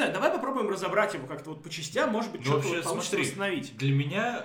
знаю, давай попробуем разобрать его как-то вот по частям, может быть, что-то вот получится восстановить. Для меня...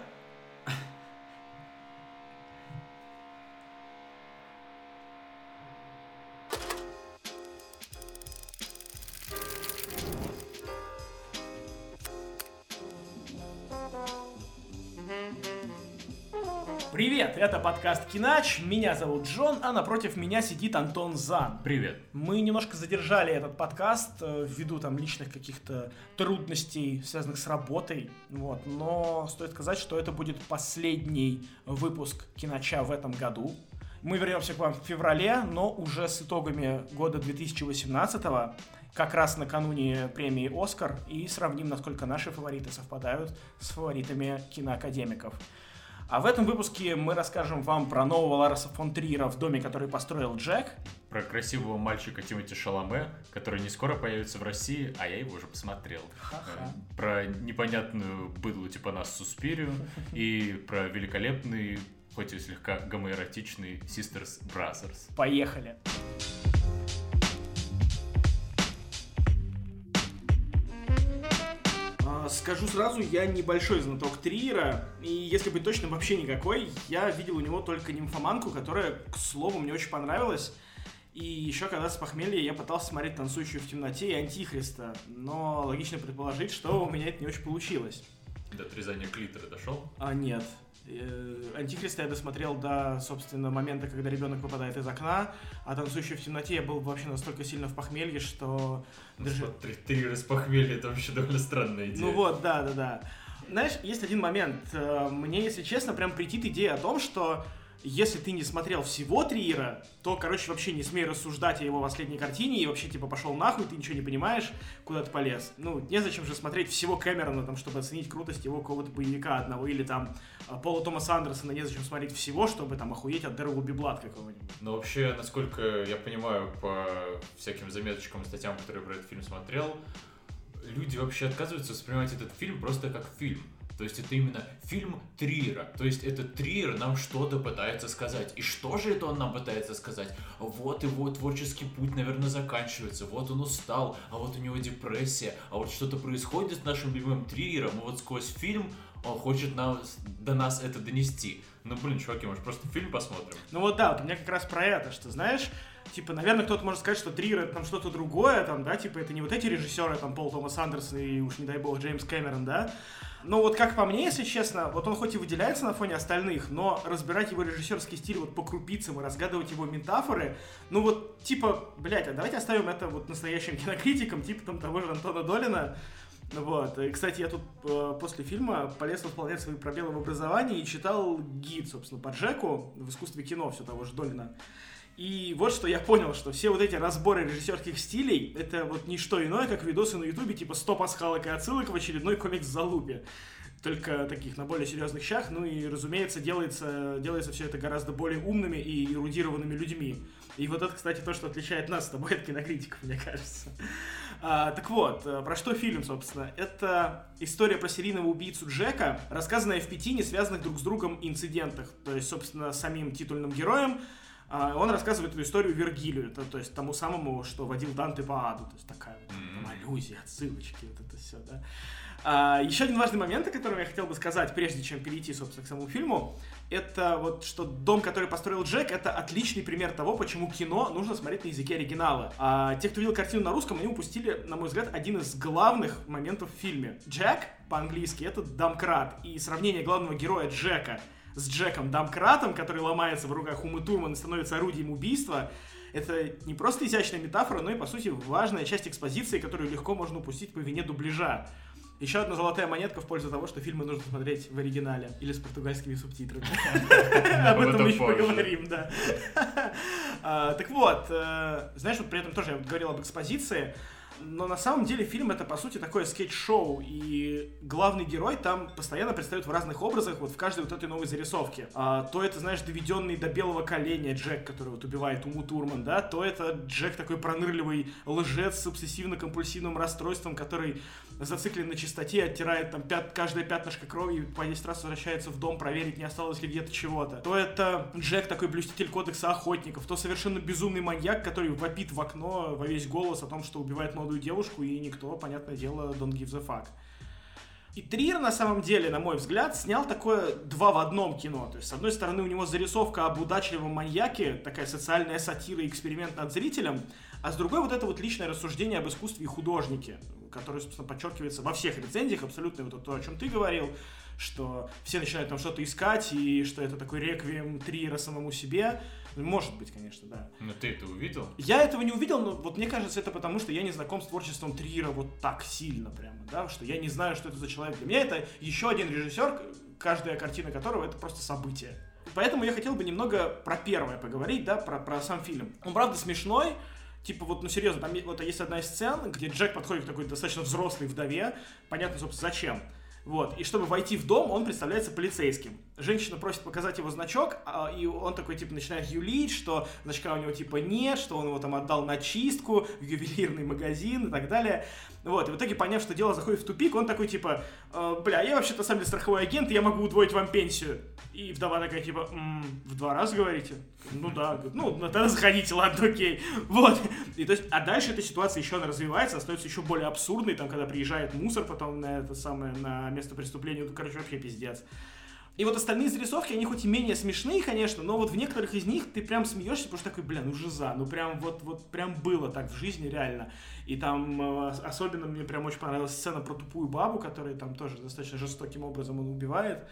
Привет, это подкаст Кинач, меня зовут Джон, а напротив меня сидит Антон Зан. Привет. Мы немножко задержали этот подкаст ввиду там личных каких-то трудностей, связанных с работой, вот, но стоит сказать, что это будет последний выпуск Кинача в этом году. Мы вернемся к вам в феврале, но уже с итогами года 2018-го, как раз накануне премии «Оскар», и сравним, насколько наши фавориты совпадают с фаворитами киноакадемиков. А в этом выпуске мы расскажем вам про нового Ларса фон Триера в доме, который построил Джек. Про красивого мальчика Тимоти Шаломе, который не скоро появится в России, а я его уже посмотрел. Ха-ха. Про непонятную быдлу типа нас Суспирию и про великолепный, хоть и слегка гомоэротичный Sisters Brothers. Поехали! Скажу сразу, я небольшой знаток Триера, и если быть точным, вообще никакой. Я видел у него только «Нимфоманку», которая, к слову, мне очень понравилась. И еще когда с похмелья я пытался смотреть «Танцующую в темноте» и «Антихриста», но логично предположить, что у меня это не очень получилось. До отрезания клитора дошел? Нет. «Антихриста» я досмотрел до, собственно, момента, когда ребенок выпадает из окна, а «Танцующий в темноте» я был вообще настолько сильно в похмелье, что... Триер из похмелья — это вообще довольно странная идея. Ну вот, да. Знаешь, есть один момент. Мне, если честно, прям претит идея о том, что если ты не смотрел всего Триера, то, короче, вообще не смей рассуждать о его последней картине и вообще, типа, пошел нахуй, ты ничего не понимаешь, куда ты полез. Ну, незачем же смотреть всего Кэмерона, там, чтобы оценить крутость его какого-то боевика одного, или там Пола Томаса Андерсона незачем смотреть всего, чтобы там охуеть от There Will Be Blood какого-нибудь. Ну, вообще, насколько я понимаю, по всяким заметочкам и статьям, которые про этот фильм смотрел, люди вообще отказываются воспринимать этот фильм просто как фильм. То есть это именно фильм Триера. То есть этот Триер нам что-то пытается сказать. И что же это он нам пытается сказать? Вот его творческий путь, наверное, заканчивается. Вот он устал, а вот у него депрессия. А вот что-то происходит с нашим любимым Триером. И вот сквозь фильм он хочет до нас это донести. Ну, блин, чуваки, может, просто фильм посмотрим? Ну вот да, вот у меня как раз про это, что, знаешь, типа, наверное, кто-то может сказать, что Триер — это там что-то другое, там, да, типа, это не вот эти режиссеры, там, Пол Томас Андерсон и уж, не дай бог, Джеймс Кэмерон, да. Но вот как по мне, если честно, вот он хоть и выделяется на фоне остальных, но разбирать его режиссерский стиль вот по крупицам и разгадывать его метафоры, ну вот, типа, блядь, а давайте оставим это вот настоящим кинокритикам, типа там того же Антона Долина. Вот. И, кстати, я тут после фильма полез восполнять свои пробелы в образовании и читал гид, собственно, по Джеку в искусстве кино все того же Долина. И вот что я понял, что все вот эти разборы режиссерских стилей — это вот не что иное, как видосы на ютубе типа 100 пасхалок и отсылок в очередной комикс-залупе. Только таких на более серьезных щах. Ну и, разумеется, делается все это гораздо более умными и эрудированными людьми. И вот это, кстати, то, что отличает нас с тобой от кинокритиков, мне кажется. Так вот, про что фильм, собственно? Это история про серийного убийцу Джека, рассказанная в 5 не связанных друг с другом инцидентах. То есть, собственно, самим титульным героем он рассказывает эту историю Вергилию, то есть тому самому, что водил Данте по аду. То есть такая вот аллюзия, отсылочки, вот это все, да. Еще один важный момент, о котором я хотел бы сказать, прежде чем перейти, собственно, к самому фильму, это вот, что дом, который построил Джек, это отличный пример того, почему кино нужно смотреть на языке оригинала. Те, кто видел картину на русском, они упустили, на мой взгляд, один из главных моментов в фильме. Джек, по-английски, это домкрат, и сравнение главного героя Джека с Джеком Домкратом, который ломается в руках Умы Турман и становится орудием убийства, это не просто изящная метафора, но и, по сути, важная часть экспозиции, которую легко можно упустить по вине дубляжа. Еще одна золотая монетка в пользу того, что фильмы нужно смотреть в оригинале или с португальскими субтитрами. Об этом мы еще поговорим, да. Так вот, знаешь, вот при этом тоже я говорил об экспозиции, но на самом деле фильм — это, по сути, такое скетч-шоу, и главный герой там постоянно предстает в разных образах вот в каждой вот этой новой зарисовке. То это, знаешь, доведенный до белого коленя Джек, который вот убивает Уму Турман, да, то это Джек такой пронырливый лжец с обсессивно-компульсивным расстройством, который зациклен на чистоте, оттирает там каждое пятнышко крови и по 10 раз возвращается в дом проверить, не осталось ли где-то чего-то. То это Джек, такой блюститель кодекса охотников, то совершенно безумный маньяк, который вопит в окно во весь голос о том, что убивает молодых молодую девушку, и никто, понятное дело, don't give the fuck. И Триер, на самом деле, на мой взгляд, снял такое 2 в 1 кино. То есть, с одной стороны, у него зарисовка об удачливом маньяке, такая социальная сатира и эксперимент над зрителем, а с другой вот это вот личное рассуждение об искусстве и художнике, которое, собственно, подчеркивается во всех рецензиях, абсолютно вот то, о чем ты говорил, что все начинают там что-то искать, и что это такой реквием Триера самому себе. Может быть, конечно, да. Но ты это увидел? Я этого не увидел, но вот мне кажется, это потому, что я не знаком с творчеством Триера вот так сильно прямо, да, что я не знаю, что это за человек. Для меня это еще один режиссер, каждая картина которого это просто событие. Поэтому я хотел бы немного про первое поговорить, да, про сам фильм. Он, правда, смешной. Типа, вот, ну, серьезно, там вот есть одна из сцен, где Джек подходит к такой достаточно взрослой вдове. Понятно, собственно, зачем. Вот. И чтобы войти в дом, он представляется полицейским. Женщина просит показать его значок, и он такой, типа, начинает юлить, что значка у него, типа, нет, что он его там отдал на чистку в ювелирный магазин и так далее. Вот. И в итоге, поняв, что дело заходит в тупик, он такой, типа, бля, я вообще-то, на самом деле, страховой агент, и я могу удвоить вам пенсию. И вдова такая, типа, в 2 раза говорите? Ну да, ну тогда заходите, ладно, окей. Вот. И то есть, а дальше эта ситуация еще она развивается, становится еще более абсурдной, там, когда приезжает мусор потом на это самое, на место преступления, ну, короче, вообще пиздец. И вот остальные зарисовки, они хоть и менее смешные, конечно, но вот в некоторых из них ты прям смеешься, потому что такой, бля, ну жиза, ну прям вот прям было так в жизни реально. И там особенно мне прям очень понравилась сцена про тупую бабу, которая там тоже достаточно жестоким образом он убивает.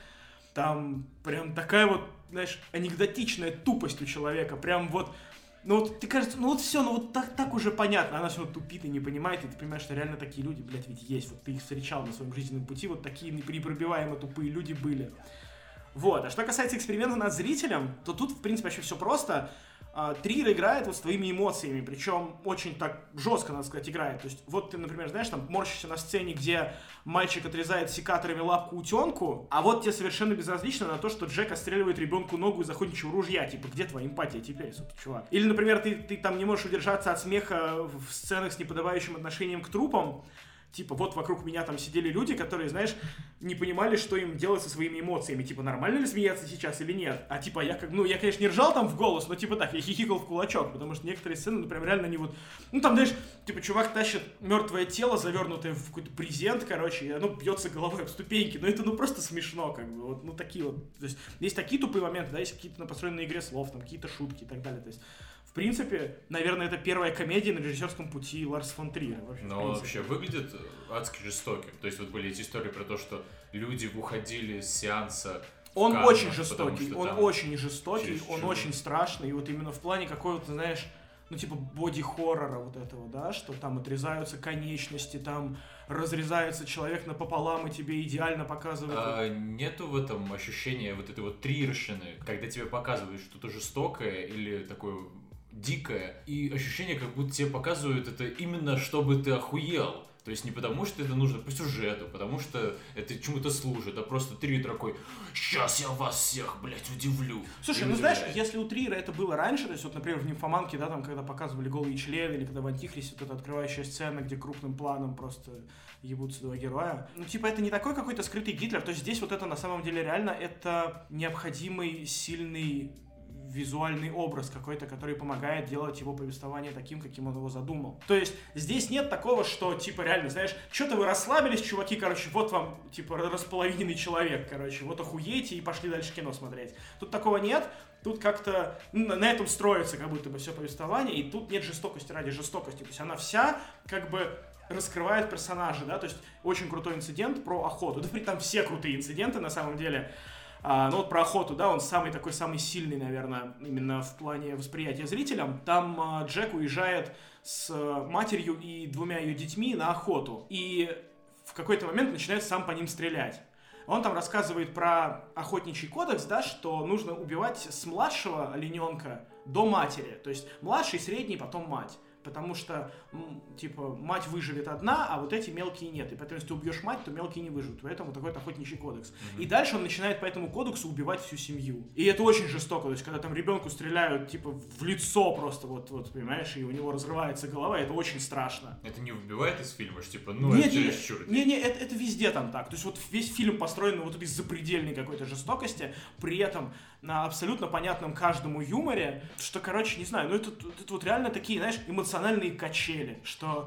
Там прям такая вот, знаешь, анекдотичная тупость у человека, прям вот, ну вот, ты кажется, ну вот все, ну вот так уже понятно, она все равно тупит и не понимает, и ты понимаешь, что реально такие люди, блядь, ведь есть, вот ты их встречал на своем жизненном пути, вот такие непробиваемо тупые люди были. Вот, а что касается эксперимента над зрителем, то тут, в принципе, вообще все просто. Триер играет вот с твоими эмоциями, причем очень так жестко, надо сказать, играет. То есть вот ты, например, знаешь, там морщишься на сцене, где мальчик отрезает секаторами лапку утенку, а вот тебе совершенно безразлично на то, что Джек отстреливает ребенку ногу из охотничьего ружья. Типа, где твоя эмпатия теперь, собственно, чувак? Или, например, ты там не можешь удержаться от смеха в сценах с неподобающим отношением к трупам. Типа, вот вокруг меня там сидели люди, которые, знаешь, не понимали, что им делать со своими эмоциями. Типа, нормально ли смеяться сейчас или нет? А типа, я конечно, не ржал там в голос, но типа так, я хихикал в кулачок, потому что некоторые сцены, ну, прям реально не вот... Ну, там, знаешь, типа, чувак тащит мертвое тело, завернутое в какой-то брезент, короче, и оно бьется головой об ступеньки. Ну, это, ну, просто смешно, как бы, вот, ну, такие вот... То есть, есть такие тупые моменты, да, есть какие-то построены на игре слов, там, какие-то шутки и так далее, то есть... В принципе, наверное, это первая комедия на режиссерском пути Ларса фон Триера. Но он вообще выглядит адски жестоким. То есть вот были эти истории про то, что люди уходили с сеанса. Он очень жестокий, он очень жестокий, чересчур. он очень страшный. И вот именно в плане какого-то, знаешь, ну типа боди-хоррора вот этого, да, что там отрезаются конечности, там разрезается человек напополам и тебе идеально показывают. Нету в этом ощущения вот этой вот триерщины, когда тебе показывают что-то жестокое или такое... дикое, и ощущение, как будто тебе показывают это именно, чтобы ты охуел. То есть не потому, что это нужно по сюжету, потому что это чему-то служит, а просто Триер такой, сейчас я вас всех, блядь, удивлю. Слушай, ну знаешь, если у Триера это было раньше, то есть вот, например, в «Нимфоманке», да, там, когда показывали голые члены, или когда в «Антихристе» вот эта открывающая сцена, где крупным планом просто ебутся 2 героя. Ну, типа, это не такой какой-то скрытый Гитлер, то есть здесь вот это на самом деле реально, это необходимый, сильный визуальный образ какой-то, который помогает делать его повествование таким, каким он его задумал. То есть здесь нет такого, что, типа, реально, знаешь, что-то вы расслабились, чуваки, короче, вот вам, типа, располовиненный человек, короче, вот охуейте и пошли дальше кино смотреть. Тут такого нет, тут как-то на этом строится как будто бы все повествование, и тут нет жестокости ради жестокости, то есть она вся, как бы, раскрывает персонажа, да, то есть очень крутой инцидент про охоту, да, там все крутые инциденты, на самом деле. Ну вот про охоту, да, он самый сильный, наверное, именно в плане восприятия зрителям. Там Джек уезжает с матерью и 2 ее детьми на охоту. И в какой-то момент начинает сам по ним стрелять. Он там рассказывает про охотничий кодекс, да, что нужно убивать с младшего олененка до матери. То есть младший, средний, потом мать. Потому что, типа, мать выживет одна, а вот эти мелкие нет. И поэтому, если ты убьешь мать, то мелкие не выживут. Поэтому такой охотничий кодекс. И дальше он начинает по этому кодексу убивать всю семью. И это очень жестоко. То есть, когда там ребенку стреляют, типа, в лицо просто, вот, понимаешь, и у него разрывается голова, это очень страшно. Это не выбивает из фильма, что, типа, ну, это чересчур. Не, это везде там так. То есть, вот весь фильм построен на вот этой запредельной какой-то жестокости, при этом на абсолютно понятном каждому юморе, что, короче, не знаю, ну, это вот реально такие, знаешь, эмоциональные качели, что,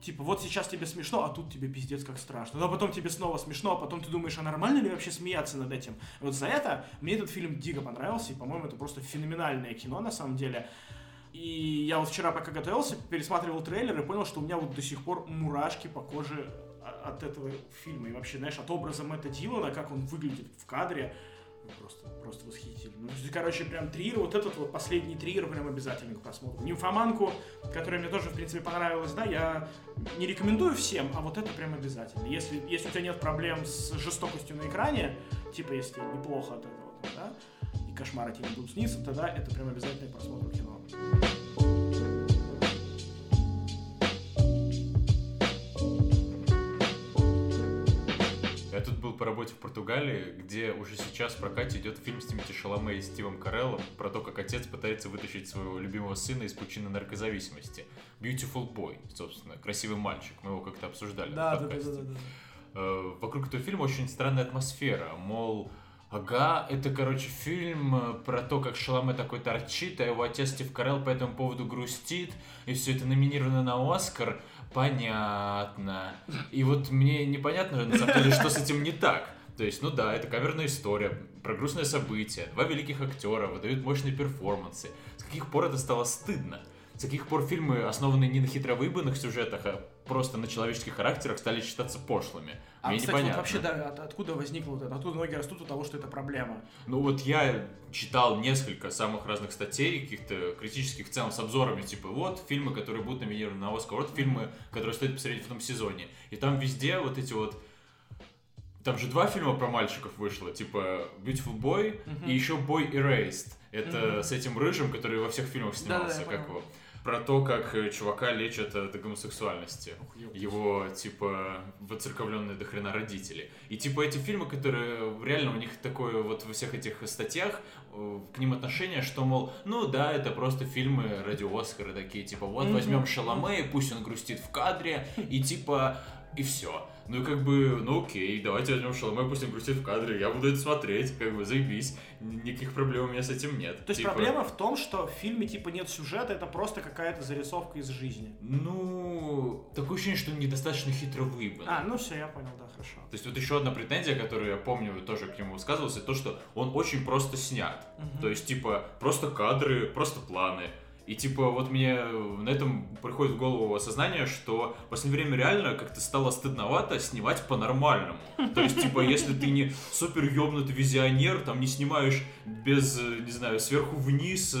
Типа, вот сейчас тебе смешно, а тут тебе пиздец как страшно. Но потом тебе снова смешно, а потом ты думаешь, а нормально ли вообще смеяться над этим? Вот за это мне этот фильм дико понравился, и, по-моему, это просто феноменальное кино, на самом деле. И я вот вчера, пока готовился, пересматривал трейлер и понял, что у меня вот до сих пор мурашки по коже от этого фильма. И вообще, знаешь, от образа Мэтта Дилана, как он выглядит в кадре, просто восхитительно. Ну, короче, прям Триер, вот этот вот последний Триер прям обязательно к просмотру. «Нимфоманку», которая мне тоже, в принципе, понравилась, да, я не рекомендую всем, а вот это прям обязательно. Если у тебя нет проблем с жестокостью на экране, типа, если тебе неплохо от этого, да, и кошмары тебе не будут сниться, тогда это прям обязательный просмотр кино. Я тут был по работе в Португалии, где уже сейчас в прокате идет фильм с Тимоти Шаломе и Стивом Кареллом про то, как отец пытается вытащить своего любимого сына из пучины наркозависимости. Beautiful Boy, собственно, красивый мальчик. Мы его как-то обсуждали на подкасте. Вокруг этого фильма очень странная атмосфера, мол, ага, это, короче, фильм про то, как Шаломе такой торчит, а его отец Стив Карелл по этому поводу грустит, и все это номинировано на Оскар. Понятно. И вот мне непонятно, на самом деле, что с этим не так. То есть, ну да, это камерная история, про грустное событие, два великих актера выдают мощные перформансы. С каких пор это стало стыдно? С каких пор фильмы, основанные не на хитровыебанных сюжетах, а просто на человеческих характерах, стали считаться пошлыми? Мне кстати, непонятно. Вот вообще, да, откуда возникло вот это? Откуда ноги растут от того, что это проблема? Ну вот я читал несколько самых разных статей, каких-то критических, в целом, с обзорами, типа, вот фильмы, которые будут номинированы на Оскар, вот фильмы, которые стоит посмотреть в этом сезоне. И там везде вот эти вот... Там же два фильма про мальчиков вышло, типа Beautiful Boy и еще Boy Erased. Это с этим рыжим, который во всех фильмах снимался, как его. Про то, как чувака лечат от гомосексуальности. Его, типа, воцерковленные до хрена родители. И, типа, эти фильмы, которые реально у них такое вот во всех этих статьях, к ним отношение, что, мол, ну да, это просто фильмы ради Оскара такие, типа, вот возьмем Шаломе, пусть он грустит в кадре, и, типа, и все. Ну и как бы, ну окей, давайте возьмем Шаломе, пусть он грустит в кадре, я буду это смотреть, как бы, заебись, никаких проблем у меня с этим нет. То есть проблема в том, что в фильме, типа, нет сюжета, это просто какая-то зарисовка из жизни. Ну, такое ощущение, что он недостаточно хитро выбран. Ну все, я понял, да, хорошо. То есть вот еще одна претензия, которую я помню, тоже к нему высказывался, то, что он очень просто снят. То есть, типа, просто кадры, просто планы. И типа вот мне на этом приходит в голову осознание, что в последнее время реально как-то стало стыдновато снимать по-нормальному. То есть типа если ты не супер ёбнутый визионер, там не снимаешь без, не знаю, сверху вниз,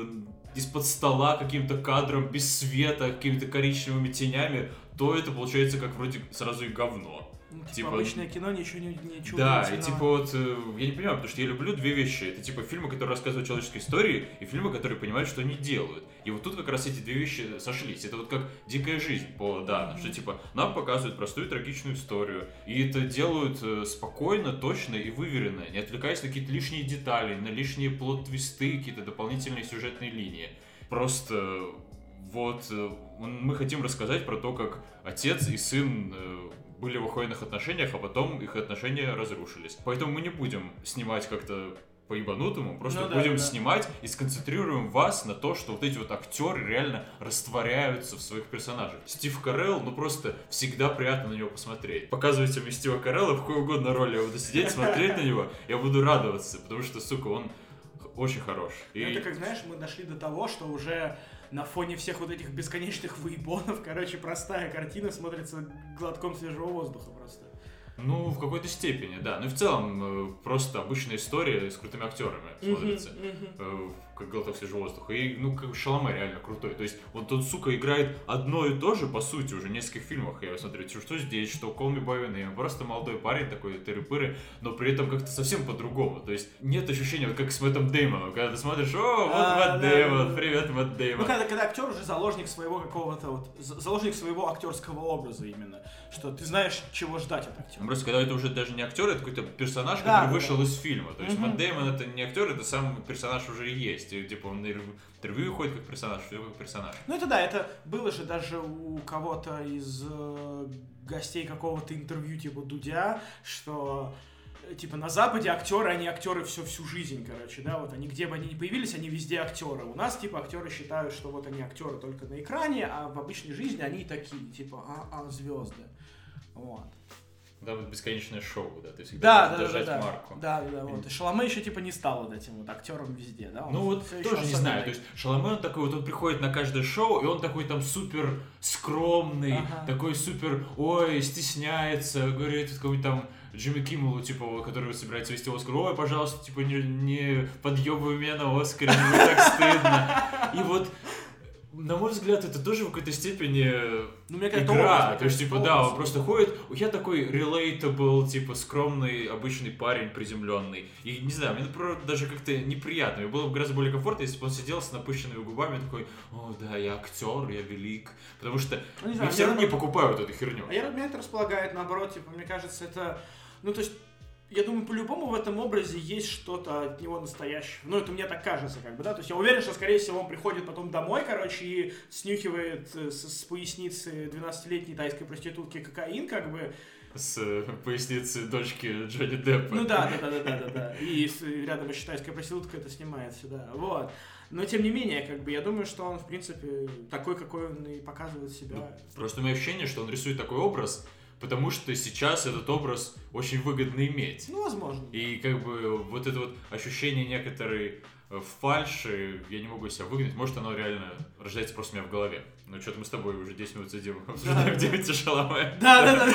из-под стола каким-то кадром, без света, какими-то коричневыми тенями, то это получается как вроде сразу и говно. Типа обычное кино, ничего да, и типа вот, я не понимаю, потому что я люблю две вещи. Это типа фильмы, которые рассказывают человеческие истории, и фильмы, которые понимают, что они делают. И вот тут как раз эти две вещи сошлись. Это вот как «Дикая жизнь» по Дану, что типа нам показывают простую трагичную историю, и это делают спокойно, точно и выверенно, не отвлекаясь на какие-то лишние детали, на лишние плот-твисты, какие-то дополнительные сюжетные линии. Просто вот мы хотим рассказать про то, как отец и сын были в охуенных отношениях, а потом их отношения разрушились. Поэтому мы не будем снимать как-то по-ебанутому, просто будем снимать и сконцентрируем вас на то, что вот эти вот актеры реально растворяются в своих персонажах. Стив Карелл, ну просто всегда приятно на него посмотреть. Показывайте мне Стива Карелла в какой угодно роли, я буду сидеть, смотреть на него, я буду радоваться, потому что, сука, он очень хорош. И... Это как, знаешь, мы дошли до того, что уже на фоне всех вот этих бесконечных выебонов, короче, простая картина смотрится глотком свежего воздуха просто. Ну, в какой-то степени, да. Ну и в целом, просто обычная история с крутыми актерами смотрится, как глоток свежего воздуха. И, ну, как Шаломе реально крутой. То есть, он тут, сука, играет одно и то же, по сути, уже в нескольких фильмах. Я смотрю, что здесь, что Call Me By Your Name. Просто молодой парень такой, тыры-пыры, но при этом как-то совсем по-другому. То есть, нет ощущения, вот как с Мэттом Деймоном, когда ты смотришь, о, вот Мэтт Деймон, привет, Мэтт Деймон. Ну, когда актер уже заложник своего какого-то вот, заложник своего актерского образа именно, что ты знаешь, чего ждать от актера. Просто когда это уже даже не актер, это какой-то персонаж, который вышел из фильма. То есть Мэтт Деймон это не актер, это сам персонаж уже и есть. И, типа он на интервью ходит как персонаж, все как персонаж. Ну это да, это было же даже у кого-то из гостей какого-то интервью типа Дудя, что типа, на Западе актеры, они актеры всю жизнь, короче, да, вот они, где бы они ни появились, они везде актеры. У нас, типа, актеры считают, что вот они актеры только на экране, а в обычной жизни они такие, типа, звезды. Вот. Да, вот бесконечное шоу, да, ты всегда должен держать марку. Да, вот. И Шаломе еще, типа, не стал вот этим вот актером везде, да? Ну вот, тоже не знаю, то есть Шаломе, он такой, вот он приходит на каждое шоу, и он такой там супер скромный, такой супер, ой, стесняется, говорит какому-нибудь там Джимми Киммелу, типа, который собирается вести Оскар, ой, пожалуйста, типа, не подъебывай меня на Оскаре, мне так стыдно. И вот, на мой взгляд, это тоже в какой-то степени игра. То есть, типа, да, он просто ходит, я такой relatable, типа, скромный, обычный парень, приземленный. И, не знаю, мне даже как-то неприятно. Мне было бы гораздо более комфортно, если бы он сидел с напыщенными губами, такой, о, да, я актер, я велик. Потому что я все равно не покупаю вот эту херню. А меня это располагает, наоборот, типа, мне кажется, это, ну, то есть, я думаю, по-любому в этом образе есть что-то от него настоящего. Ну, это мне так кажется, как бы, да. То есть я уверен, что, скорее всего, он приходит потом домой, короче, и снюхивает с поясницы 12-летней тайской проститутки кокаин, как бы. С поясницы дочки Джонни Деппа. Ну да. И рядом еще тайская проститутка это снимает сюда. Вот. Но, тем не менее, как бы, я думаю, что он, в принципе, такой, какой он и показывает себя. Ну, просто у меня ощущение, что он рисует такой образ, потому что сейчас этот образ очень выгодно иметь. Ну, возможно. И как бы вот это вот ощущение некоторой фальши я не могу себя выгнать. Может, оно реально рождается просто у меня в голове. Ну, что-то мы с тобой уже 10 минут сидим, обсуждаем Тимоти Шаломе. Да.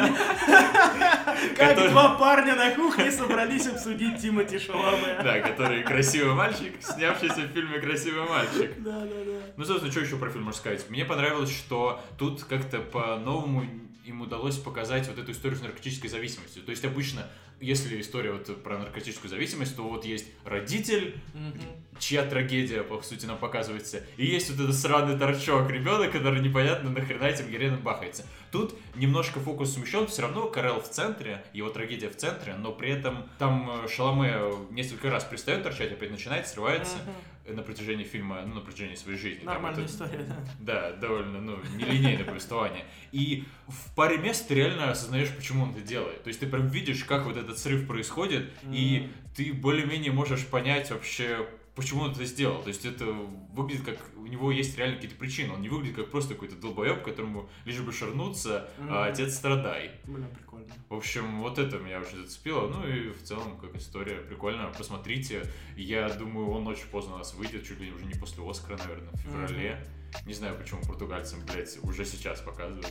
Как два парня на кухне собрались обсудить Тимоти Шаломе. Да, который красивый мальчик, снявшийся в фильме «Красивый мальчик». Да. Ну, собственно, что еще про фильм можно сказать? Мне понравилось, что тут как-то по-новому им удалось показать вот эту историю с наркотической зависимостью. То есть обычно, если история вот про наркотическую зависимость, то вот есть родитель, чья трагедия, по сути, нам показывается, и есть вот этот сраный торчок, ребенок, который непонятно нахрена этим героином бахается. Тут немножко фокус смещен, все равно Карел в центре, его трагедия в центре, но при этом там Шаломе несколько раз перестает торчать, опять начинает, срывается на протяжении фильма, ну, на протяжении своей жизни. Нормальная история, да. Да, довольно, нелинейное повествование. И в паре мест ты реально осознаешь, почему он это делает. То есть ты прям видишь, как вот этот срыв происходит, и ты более-менее можешь понять вообще, почему он это сделал. То есть это выглядит как... У него есть реально какие-то причины. Он не выглядит как просто какой-то долбоеб, которому лишь бы шарнуться, а отец страдай. Блин, прикольно. В общем, вот это меня очень зацепило. Ну и в целом, как история, прикольно. Посмотрите. Я думаю, он очень поздно у нас выйдет, чуть ли уже не после Оскара, наверное, в феврале. Не знаю, почему португальцам, блядь, уже сейчас показывают.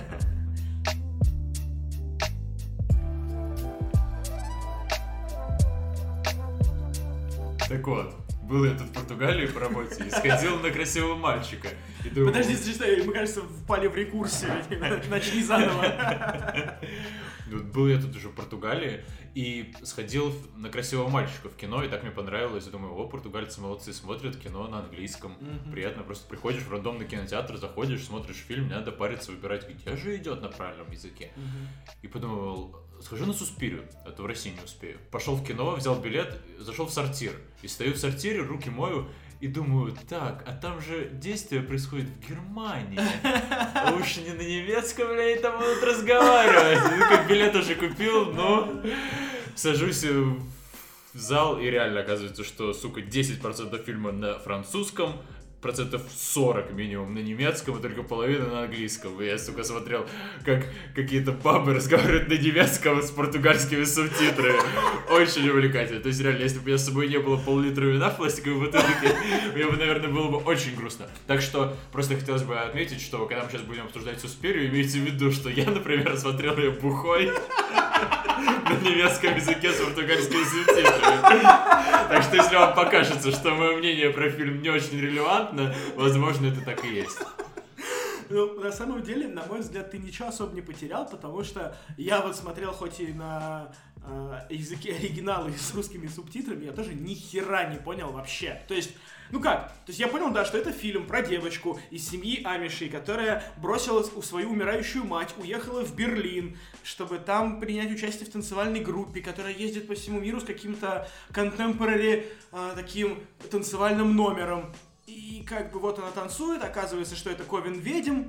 Так вот, был я тут в Португалии по работе и сходил на красивого мальчика. И думал... Подожди, мы, кажется, впали в рекурсию. Начни заново. Был я тут уже в Португалии и сходил на красивого мальчика в кино, и так мне понравилось. Я думаю, о, португальцы молодцы, смотрят кино на английском. Приятно, просто приходишь в рандомный кинотеатр, заходишь, смотришь фильм, не надо париться, выбирать, где же идет на правильном языке. И подумал, схожу на Суспирию, а то в России не успею. Пошел в кино, взял билет, зашел в сортир. И стою в сортире, руки мою, и думаю, так, а там же действие происходит в Германии. Уж не на немецком ли они там будут разговаривать? Ну, как билет уже купил, но сажусь в зал, и реально оказывается, что, сука, 10% фильма на французском, 40% минимум на немецком, и только половина на английском. И я, сука, смотрел, как какие-то бабы разговаривают на немецком с португальскими субтитрами. Очень увлекательно. То есть, реально, если бы у меня с собой не было пол-литра вина в пластиковой бутылке, мне бы, наверное, было бы очень грустно. Так что, просто хотелось бы отметить, что когда мы сейчас будем обсуждать Суспирию, имейте в виду, что я, например, смотрел ее бухой на немецком языке с португальскими субтитрами. Так что, если вам покажется, что мое мнение про фильм не очень релевантно, возможно, это так и есть. Ну, на самом деле, на мой взгляд, ты ничего особо не потерял, потому что я вот смотрел хоть и на языке оригинала и с русскими субтитрами, я тоже ни хера не понял вообще. То есть, ну как? То есть я понял, да, что это фильм про девочку из семьи амишей, которая бросила свою умирающую мать, уехала в Берлин, чтобы там принять участие в танцевальной группе, которая ездит по всему миру с каким-то contemporary таким танцевальным номером. И как бы вот она танцует, оказывается, что это Ковен ведьм,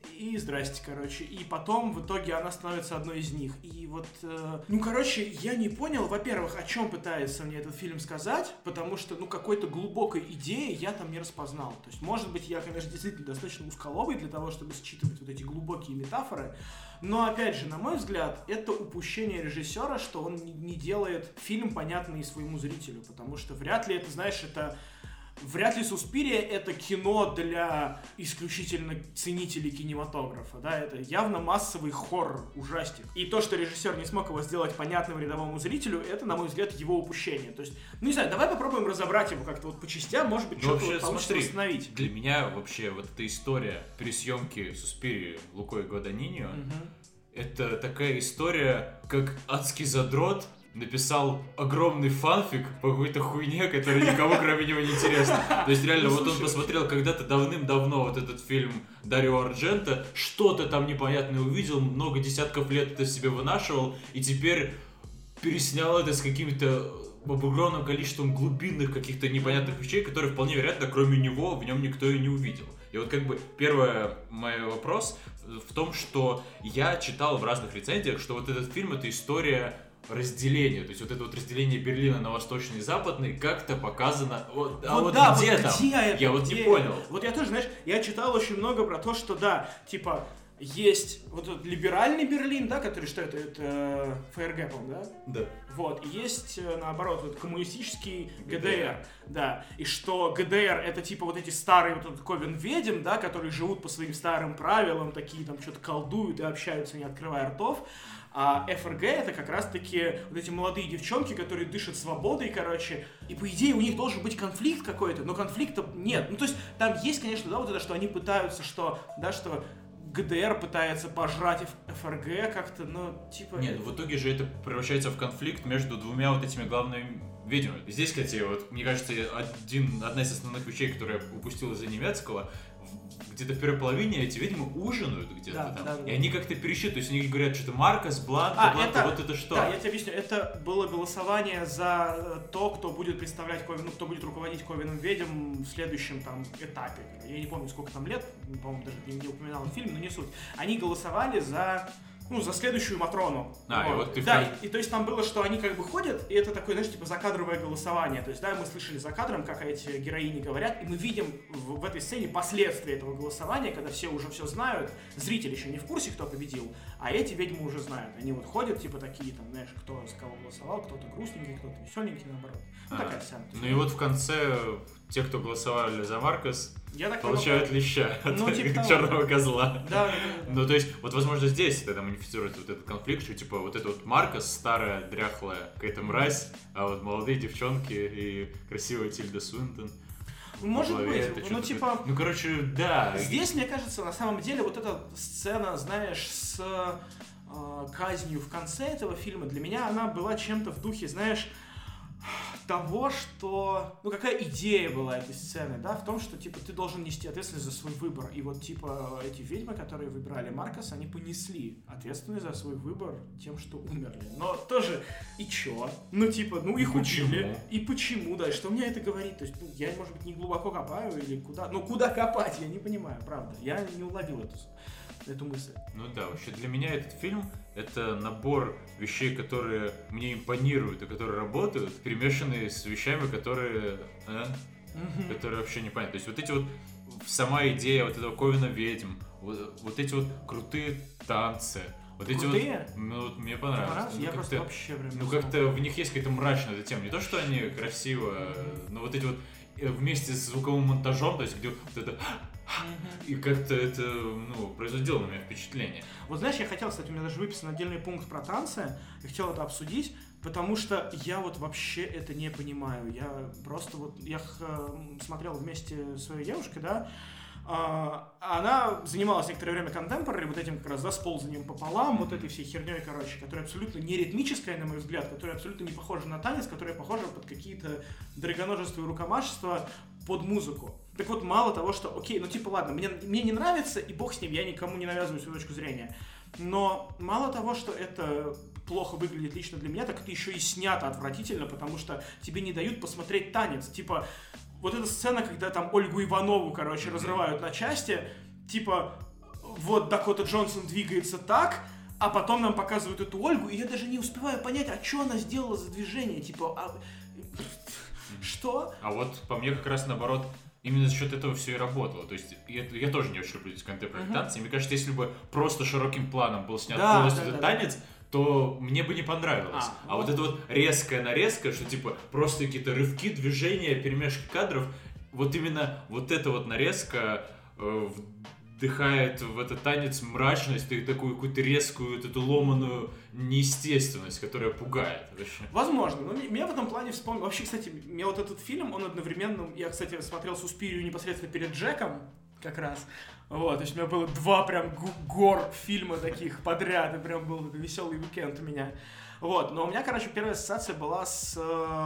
И здрасте, короче. И потом, в итоге, она становится одной из них. И вот, ну, короче, я не понял, во-первых, о чем пытается мне этот фильм сказать, потому что, ну, какой-то глубокой идеи я там не распознал. То есть, может быть, я, конечно, действительно достаточно узколобый для того, чтобы считывать вот эти глубокие метафоры, но, опять же, на мой взгляд, это упущение режиссера, что он не делает фильм понятный своему зрителю, потому что вряд ли это, знаешь, вряд ли «Суспирия» — это кино для исключительно ценителей кинематографа, да, это явно массовый хоррор, ужастик. И то, что режиссер не смог его сделать понятным рядовому зрителю, это, на мой взгляд, его упущение. То есть, ну не знаю, давай попробуем разобрать его как-то вот по частям, может быть, что-то вот получится восстановить. Для меня вообще вот эта история пересъемки «Суспирии» Лукой Гваданинио, это такая история, как адский задрот написал огромный фанфик по какой-то хуйне, которая никому кроме него не интересна. То есть реально, вот он посмотрел когда-то давным-давно вот этот фильм Дарио Ардженто, что-то там непонятное увидел, много десятков лет это в себе вынашивал, и теперь переснял это с каким-то огромным количеством глубинных каких-то непонятных вещей, которые вполне вероятно, кроме него, в нем никто и не увидел. И вот как бы первый мой вопрос в том, что я читал в разных рецензиях, что вот этот фильм — это история разделение, то есть вот это вот разделение Берлина на восточный и западный как-то показано. Вот, а вот да, где вот там? Где это? Я вот не понял. Вот я тоже, знаешь, я читал очень много про то, что да, типа, есть вот этот либеральный Берлин, да, который что это ФРГ, по-моему, да? Да. Вот, и есть, наоборот, вот коммунистический ГДР, да, и что ГДР — это типа вот эти старые вот ковен ведьм, да, которые живут по своим старым правилам, такие там что-то колдуют и общаются, не открывая ртов. А ФРГ — это как раз-таки вот эти молодые девчонки, которые дышат свободой, короче. И, по идее, у них должен быть конфликт какой-то, но конфликта нет. Ну, то есть, там есть, конечно, да, вот это, что они пытаются, что ГДР пытается пожрать ФРГ как-то, но, типа... Нет, в итоге же это превращается в конфликт между двумя вот этими главными ведьмами. Здесь, кстати, вот, мне кажется, одна из основных вещей, которую я упустил из-за немецкого, где-то в первой половине эти ведьмы ужинают где-то там, и они как-то пересчитывают, то есть они говорят, что-то Маркос, Бланка, вот это что? Да, я тебе объясню, это было голосование за то, кто будет представлять Ковен, кто будет руководить Ковеном ведьм в следующем там этапе. Я не помню, сколько там лет, по-моему, даже не упоминал в фильме, но не суть. Они голосовали за следующую Матрону. И вот ты... Да, и то есть там было, что они как бы ходят, и это такое, знаешь, типа закадровое голосование. То есть, да, мы слышали за кадром, как эти героини говорят, и мы видим в этой сцене последствия этого голосования, когда все уже все знают, зритель еще не в курсе, кто победил, а эти ведьмы уже знают. Они вот ходят, типа такие, там, знаешь, кто с кого голосовал, кто-то грустненький, кто-то веселенький, наоборот. Такая сцена. Ну и вот в конце те, кто голосовали за Маркос, получают леща от черного козла. Да. Ну, то есть, вот, возможно, здесь тогда манифестируется вот этот конфликт, что, типа, вот это вот Маркос, старая, дряхлая какая-то мразь, а вот молодые девчонки и красивая Тильда Суинтон. Может быть, типа... Ну, короче, да. Здесь, мне кажется, на самом деле, вот эта сцена, знаешь, с казнью в конце этого фильма, для меня она была чем-то в духе, знаешь, того, что... Ну, какая идея была этой сцены, да, в том, что, типа, ты должен нести ответственность за свой выбор. И вот, типа, эти ведьмы, которые выбирали Маркоса, они понесли ответственность за свой выбор тем, что умерли. Но тоже, и чё? Ну, типа, их учили. И почему, да, и что мне это говорит? То есть, я, может быть, не глубоко копаю или куда... Ну, куда копать, я не понимаю, правда. Я не уловил эту мысль. Ну да, вообще для меня этот фильм — это набор вещей, которые мне импонируют и которые работают, перемешанные с вещами, которые вообще непонятны. То есть вот эти вот, сама идея вот этого Ковена ведьм, вот эти вот крутые танцы, вот эти крутые? Вот мне понравилось. Я просто вообще прям... как-то в них есть какая-то мрачная тема. Не то, что они красиво, но вот эти вот вместе с звуковым монтажом, то есть где вот это... И как-то это, производило на меня впечатление. Вот знаешь, я хотел, кстати, у меня даже выписан отдельный пункт про танцы, я хотел это обсудить, потому что я вот вообще это не понимаю. Я просто я смотрел вместе с своей девушкой, да, она занималась некоторое время контемпорари, вот этим как раз, да, сползанием пополам, вот этой всей херней, короче, которая абсолютно не ритмическая, на мой взгляд, которая абсолютно не похожа на танец, которая похожа под какие-то драгоножества и рукомашества под музыку. Так вот, мало того, что, окей, ладно, мне не нравится, и бог с ним, я никому не навязываю свою точку зрения, но мало того, что это плохо выглядит лично для меня, так это еще и снято отвратительно, потому что тебе не дают посмотреть танец, типа... Вот эта сцена, когда там Ольгу Иванову, разрывают на части, типа, вот Дакота Джонсон двигается так, а потом нам показывают эту Ольгу, и я даже не успеваю понять, а что она сделала за движение, типа, что? А вот по мне как раз наоборот, именно за счет этого все и работало. То есть я тоже не очень люблю эти контемпорари танцы. Мне кажется, если бы просто широким планом был снят полностью этот танец, то мне бы не понравилось. А вот это вот резкая нарезка, что типа просто какие-то рывки, движения, перемешки кадров, вот именно вот эта вот нарезка вдыхает в этот танец мрачность и такую какую-то резкую, вот эту ломаную неестественность, которая пугает вообще. Возможно, но меня в этом плане вспомнил. Вообще, кстати, мне вот этот фильм, он одновременно... Я, кстати, смотрел «Суспирию» непосредственно перед Джеком, как раз. Вот, то есть у меня было 2 прям гор-фильма таких подряд, и прям был такой веселый уикенд у меня. Вот, но у меня, короче, первая ассоциация была с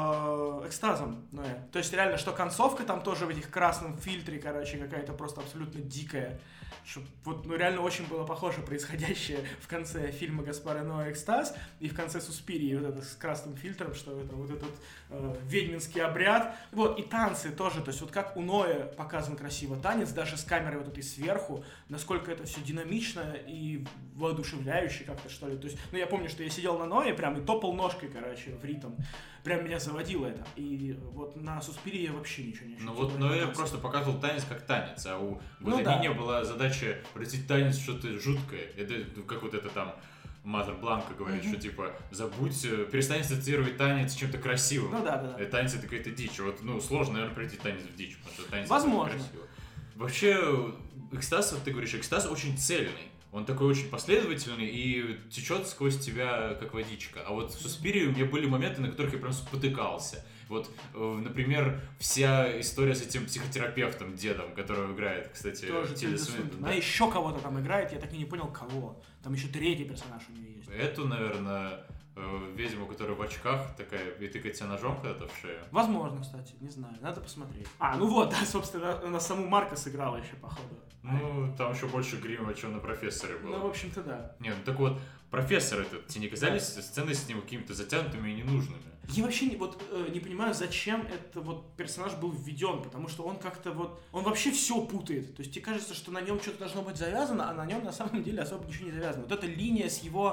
экстазом. То есть реально, что концовка там тоже в этих красном фильтре, короче, какая-то просто абсолютно дикая. Что вот, ну, реально очень было похоже происходящее в конце фильма Гаспара Ноэ «Экстаз» и в конце «Суспирии», вот это с красным фильтром, что это вот этот ведьминский обряд. Вот, и танцы тоже, то есть вот как у Ноэ показан красиво танец, даже с камерой вот этой сверху, насколько это все динамично и воодушевляюще как-то, что ли. То есть, ну, я помню, что я сидел на Ноэ прям и топал ножкой, короче, в ритм. Прям меня заводило это. И вот на «Суспирии» я вообще ничего не ощутил. Ну вот, но я просто показывал танец как танец, а у Гваданино была задача превратить танец в что-то жуткое. Это как вот это там Мазер Бланка говорит, что типа забудь, перестань ассоциировать танец с чем-то красивым. Ну да. Танец это какая-то дичь. Вот, ну, сложно, наверное, превратить танец в дичь, потому что танец возможно. Это красиво. Вообще, экстаз, вот ты говоришь, экстаз очень цельный. Он такой очень последовательный и течет сквозь тебя, как водичка. А вот в «Суспирии» у меня были моменты, на которых я прям спотыкался. Вот, например, вся история с этим психотерапевтом, дедом, которого играет, кстати, Тильда Свинтон. Она еще кого-то там играет, я так и не понял, кого. Там еще 3-й персонаж у нее есть. Эту, наверное, ведьму, которая в очках такая, и тыкает тебя ножом когда-то в шею. Возможно, кстати, не знаю, надо посмотреть. Ну вот, да, собственно, она саму Марка сыграла еще, походу. Ну, там еще больше грима, чем на профессоре было. Ну, в общем-то, да. Не, ну так вот, профессор этот, тебе не казались сцены с ним какими-то затянутыми и ненужными? Я вообще не понимаю, зачем этот вот персонаж был введен, потому что он как-то вот... Он вообще все путает. То есть тебе кажется, что на нем что-то должно быть завязано, а на нем на самом деле особо ничего не завязано. Вот эта линия с его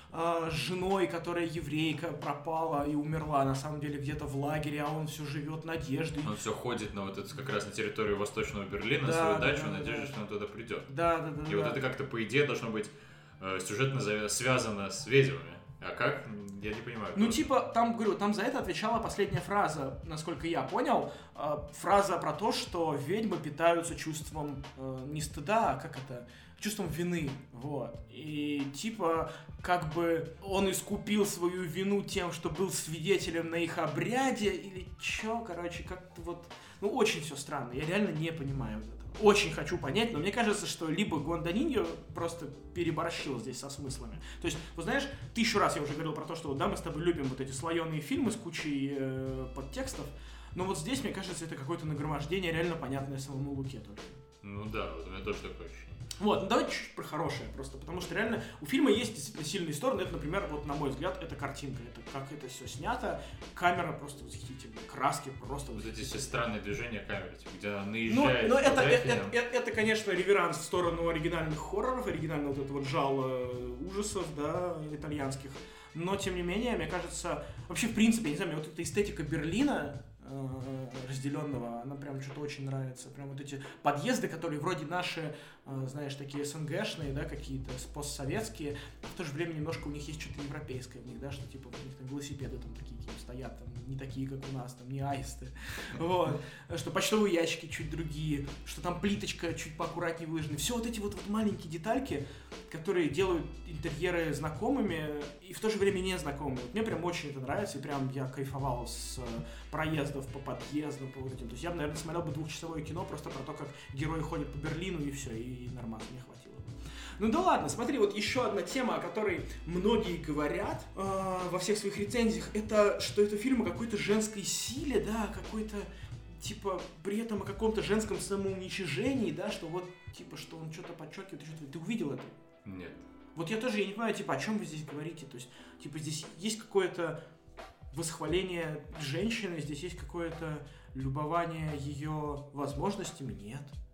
женой, которая еврейка, пропала и умерла на самом деле где-то в лагере, а он все живет надеждой. Он все ходит на вот это как раз на территорию Восточного Берлина, свою дачу, в надежде, что он туда придет. Да. И вот это как-то, по идее, должно быть сюжетно связано с ведьмами. А как? Я не понимаю. Ну, типа, там, говорю, там за это отвечала последняя фраза, насколько я понял. Фраза про то, что ведьмы питаются чувством не стыда, а как это? Чувством вины, вот. И, типа, как бы он искупил свою вину тем, что был свидетелем на их обряде, или чё, короче, как-то вот... Ну, очень все странно, я реально не понимаю вот этого. Очень хочу понять, но мне кажется, что либо Гваданино просто переборщил здесь со смыслами. То есть, вот знаешь, 1000 раз я уже говорил про то, что вот, да, мы с тобой любим вот эти слоеные фильмы с кучей подтекстов, но вот здесь, мне кажется, это какое-то нагромождение, реально понятное самому Луке только. Ну да, вот у меня тоже такое ощущение. Вот, ну давайте чуть-чуть про хорошее просто, потому что реально у фильма есть действительно сильные стороны. Это, например, вот на мой взгляд, это картинка, это как это все снято, камера просто восхитительная, краски просто вот эти все странные движения камеры, типа, где она наезжает. Ну это, конечно, реверанс в сторону оригинальных хорроров, оригинального вот этого жала ужасов, да, итальянских. Но, тем не менее, мне кажется, вообще, в принципе, я не знаю, мне вот эта эстетика Берлина, разделенного, она прям что-то очень нравится. Прям вот эти подъезды, которые вроде наши, знаешь, такие СНГшные, да, какие-то постсоветские, но в то же время немножко у них есть что-то европейское в них, да, что типа у них там велосипеды там такие какие стоят, там, не такие, как у нас, там, не аисты, вот, что почтовые ящики чуть другие, что там плиточка чуть поаккуратнее выложена. Все вот эти вот маленькие детальки, которые делают интерьеры знакомыми и в то же время незнакомыми. Вот мне прям очень это нравится, и прям я кайфовал с проездов по подъездам, по вот этим. То есть я бы, наверное, смотрел бы 2-часовое кино просто про то, как герои ходят по Берлину, и все, и нормально, мне хватило. Ну да ладно, смотри, вот еще одна тема, о которой многие говорят во всех своих рецензиях, это что это фильм о какой-то женской силе, да, какой-то, типа, при этом о каком-то женском самоуничижении, да, что вот, типа, что он что-то подчеркивает, что-то... Ты увидел это? Нет. Вот я тоже, я не понимаю, типа, о чем вы здесь говорите, то есть, типа, здесь есть какое-то восхваление женщины, здесь есть какое-то любование ее возможностями, нет.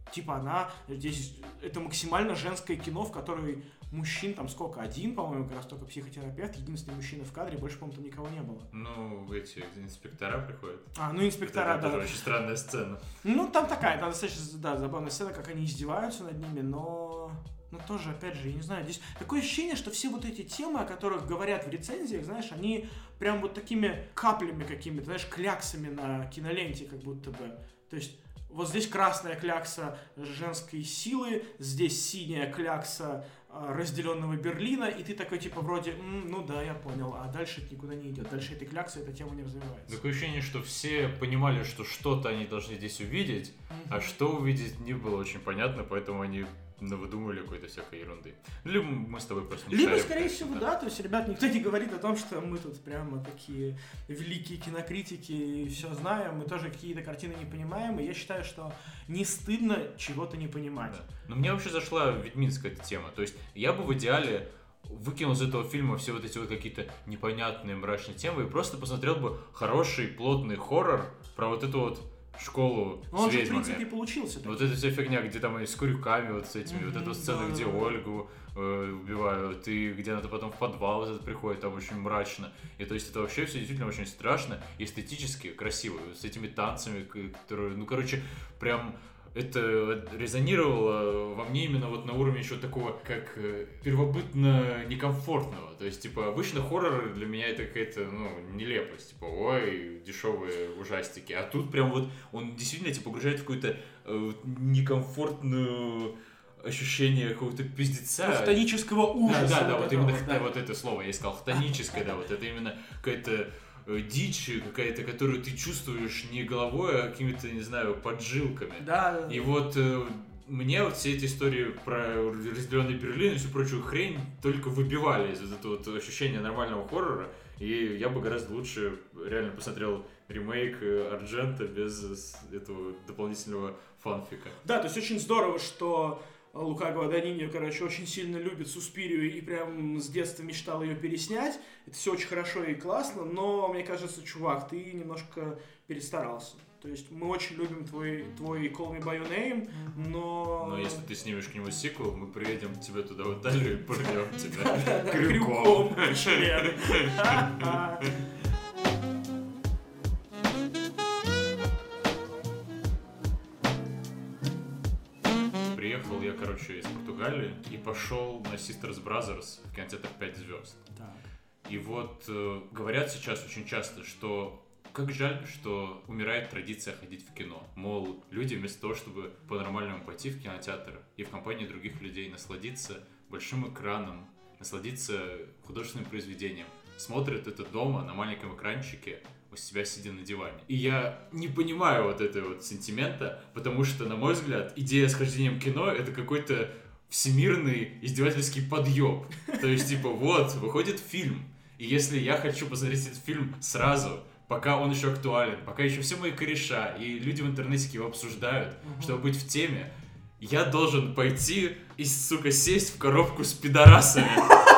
типа она здесь, это максимально женское кино, в которой мужчин там сколько? Один, по-моему, как раз только психотерапевт, единственный мужчина в кадре, больше, по-моему, там никого не было. Ну, эти инспектора приходят. Инспектора, это да. тоже очень странная сцена. Ну, там такая, там достаточно, да, забавная сцена, как они издеваются над ними, но тоже, опять же, я не знаю, здесь такое ощущение, что все вот эти темы, о которых говорят в рецензиях, знаешь, они прям вот такими каплями какими-то, знаешь, кляксами на киноленте как будто бы. То есть вот здесь красная клякса женской силы, здесь синяя клякса разделенного Берлина, и ты такой, типа, вроде, ну да, я понял, а дальше это никуда не идет. Дальше этой кляксы эта тема не развивается. Такое ощущение, что все понимали, что что-то они должны здесь увидеть, а что увидеть не было очень понятно, поэтому они выдумывали какой-то всякой ерунды. Либо мы с тобой просто не Либо, шарим, скорее всего, да, то есть, ребят, никто не говорит о том, что мы тут прямо такие великие кинокритики и все знаем, мы тоже какие-то картины не понимаем, и я считаю, что не стыдно чего-то не понимать. Да. Но мне вообще зашла ведьминская эта тема, то есть я бы в идеале выкинул из этого фильма все вот эти вот какие-то непонятные мрачные темы и просто посмотрел бы хороший, плотный хоррор про вот эту вот школу он с же, ведьмами. в принципе, и получился. Вот эта вся фигня, где там они с крюками вот с этими, вот эта сцена, где Ольгу убивают, и где она потом в подвал вот этот приходит, там очень мрачно. И то есть это вообще все действительно очень страшно, эстетически красиво, с этими танцами, которые, ну, короче, прям... Это резонировало во мне именно вот на уровне еще такого, как первобытно некомфортного. То есть, типа, обычно хоррор для меня это какая-то, ну, нелепость. Типа, ой, дешевые ужастики. А тут прям вот он действительно тебя погружает в какую-то некомфортную ощущение какого-то пиздеца. Хтонического ужаса. Да, вот именно вот это слово я искал. Хтоническое, да, вот это именно какая-то дичь какая-то, которую ты чувствуешь не головой, а какими-то, не знаю, поджилками. Да. И вот мне вот все эти истории про разделенный Берлин и всю прочую хрень только выбивали из вот этого вот ощущения нормального хоррора. И я бы гораздо лучше реально посмотрел ремейк Арджента без этого дополнительного фанфика. Да, то есть очень здорово, что Лука Гваданино, короче, очень сильно любит Суспирию и прям с детства мечтал ее переснять. Это все очень хорошо и классно, но мне кажется, чувак, ты немножко перестарался. То есть мы очень любим твой Call Me By Your Name, но... Но если ты снимешь к нему сиквел, мы приедем к тебе туда в Италию и пырнем тебя крюком. Приехал я, короче, из Португалии и пошел на Sisters Brothers в кинотеатр 5 звезд. Так. И вот говорят сейчас очень часто, что как жаль, что умирает традиция ходить в кино. Мол, люди вместо того, чтобы по-нормальному пойти в кинотеатр и в компании других людей насладиться большим экраном, насладиться художественным произведением, смотрят это дома на маленьком экранчике, у себя сидя на диване. И я не понимаю вот этого вот сентимента, потому что, на мой взгляд, идея с хождением в кино — это какой-то всемирный издевательский подъеб. То есть, типа, вот, выходит фильм, и если я хочу посмотреть этот фильм сразу, пока он еще актуален, пока еще все мои кореша и люди в интернете его обсуждают, чтобы быть в теме, я должен пойти и, сука, сесть в коробку с пидорасами,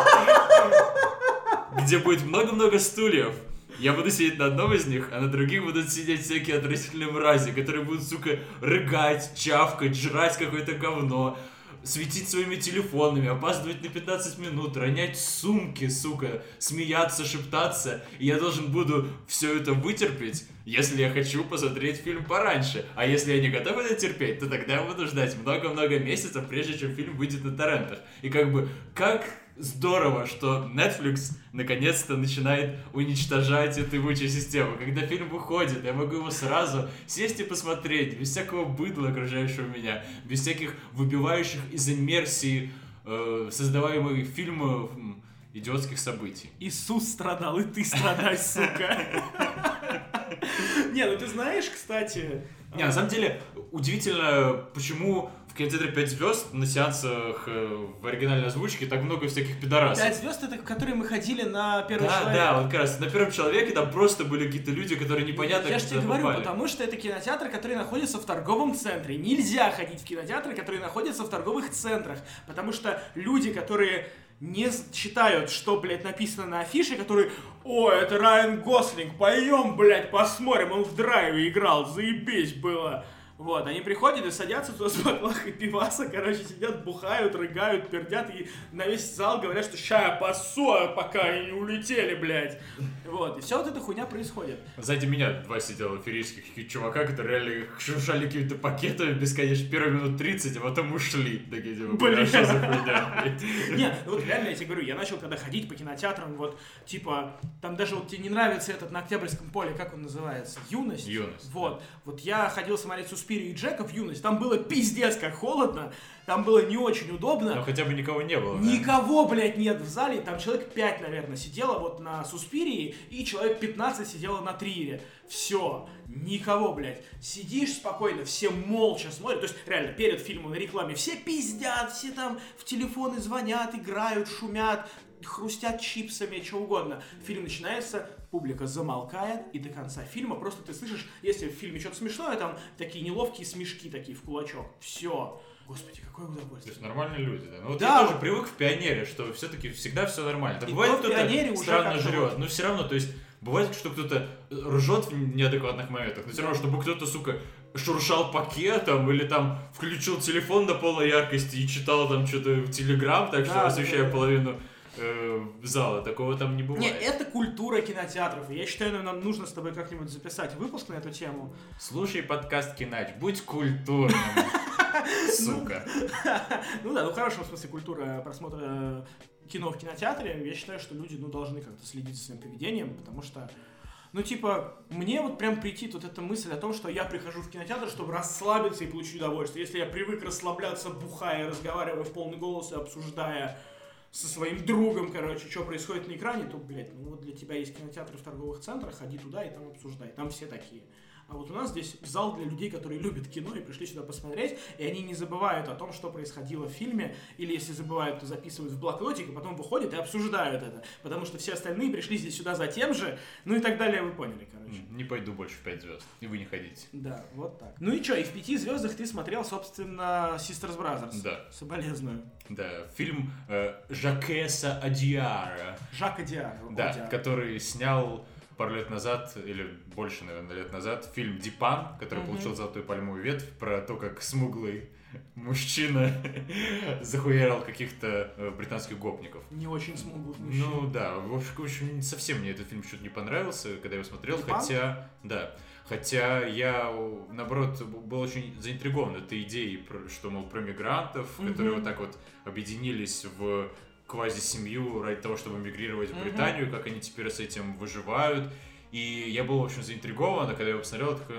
где будет много-много стульев. Я буду сидеть на одном из них, а на других будут сидеть всякие отвратительные мрази, которые будут, сука, рыгать, чавкать, жрать какое-то говно, светить своими телефонами, опаздывать на 15 минут, ронять сумки, сука, смеяться, шептаться. И я должен буду все это вытерпеть, если я хочу посмотреть фильм пораньше. А если я не готов это терпеть, то тогда я буду ждать много-много месяцев, прежде чем фильм выйдет на торрентах. И как здорово, что Netflix наконец-то начинает уничтожать эту ебучую систему. Когда фильм выходит, я могу его сразу сесть и посмотреть, без всякого быдла, окружающего меня, без всяких выбивающих из иммерсии создаваемых фильмов идиотских событий. Иисус страдал, и ты страдай, сука. Не, ну ты знаешь, кстати... Не, на самом деле, удивительно, почему в кинотеатре 5 звезд на сеансах в оригинальной озвучке так много всяких пидорасов. 5 звезд — это в которые мы ходили на первый человек. Да, вот как раз на первом человеке там просто были какие-то люди, которые непонятно Я как же тебе туда говорю, попали. потому что это кинотеатр, который находится в торговом центре. Нельзя ходить в кинотеатры, которые находятся в торговых центрах, потому что люди, которые не читают, что, блядь, написано на афише, которые: «О, это Райан Гослинг, пойдем, блядь, посмотрим, он в Драйве играл, заебись было». Вот, они приходят и садятся туда с баклахой пиваса, короче, сидят, бухают, рыгают, пердят, и на весь зал говорят, что ща я пасу, пока они не улетели, блядь. Вот, и все вот эта хуйня происходит. Сзади меня два сидела аферистских чувака, которые реально шуршали какими-то пакетами бесконечно, первые минут 30, а потом ушли. Такие, типа, Блин. что за хуйня? Не, ну вот реально, я тебе говорю, я начал когда ходить по кинотеатрам, вот, типа, там даже вот тебе не нравится этот на Октябрьском поле, как он называется? Юность? Юность. Вот, вот я ходил смотреть Суспирию и Джека в Юность, там было пиздец как холодно, там было не очень удобно. Но хотя бы никого не было. Никого, блядь, нет в зале, там человек 5, наверное, сидело вот на Суспирии, и человек 15 сидело на Триере. Все, никого, блядь. Сидишь спокойно, все молча смотрят, то есть реально перед фильмом на рекламе все пиздят, все там в телефоны звонят, играют, шумят, хрустят чипсами, что угодно. Фильм начинается, публика замолкает, и до конца фильма просто ты слышишь, если в фильме что-то смешное, там такие неловкие смешки такие в кулачок. Все. Господи, какое То удовольствие. есть нормальные люди, да. Ну вот Да. я тоже привык в «Пионере», что все-таки всегда все нормально. Да И бывает, то в «Пионере» кто-то уже странно как-то жрет, но все равно, то есть бывает, что кто-то ржет в неадекватных моментах, но все равно, чтобы кто-то, сука, шуршал пакетом или там включил телефон до полной яркости и читал там что-то в Телеграм, так что Да, освещая да. половину зала, такого там не бывает. Не, это культура кинотеатров. И я считаю, нам нужно с тобой как-нибудь записать выпуск на эту тему. Слушай подкаст «Кинач», будь культурным, сука. Ну да, ну в хорошем смысле культура просмотра кино в кинотеатре. Я считаю, что люди, должны как-то следить за своим поведением, потому что, мне вот прям прийти вот эта мысль о том, что я прихожу в кинотеатр, чтобы расслабиться и получить удовольствие. Если я привык расслабляться, бухая, разговаривая в полный голос и обсуждая со своим другом, что происходит на экране, то, блядь, вот для тебя есть кинотеатры в торговых центрах, ходи туда и там обсуждай. Там все такие. А вот у нас здесь зал для людей, которые любят кино и пришли сюда посмотреть, и они не забывают о том, что происходило в фильме, или если забывают, то записывают в блокнотик, и потом выходят и обсуждают это. Потому что все остальные пришли здесь сюда за тем же, и так далее, вы поняли, короче. Не пойду больше в 5 звезд, и вы не ходите. Да, вот так. Ну и что, и в 5 звездах ты смотрел, собственно, Sisters Brothers. Да. Соболезную. Да, фильм Жакеса Адиара. Жака Диар. Да, который снял пару лет назад, или больше, наверное, лет назад, фильм «Дипан», который получил «Золотую пальмовую ветвь», про то, как смуглый мужчина захуярил каких-то британских гопников. Не очень смуглых мужчин. Ну да, в общем, совсем мне этот фильм что-то не понравился, когда я его смотрел, «Дипан»? хотя я, наоборот, был очень заинтригован этой идеей, что, мол, про мигрантов, которые вот так вот объединились в квази-семью ради того, чтобы мигрировать в Британию, как они теперь с этим выживают. И я был, в общем, заинтригован, а когда я его посмотрел, такой,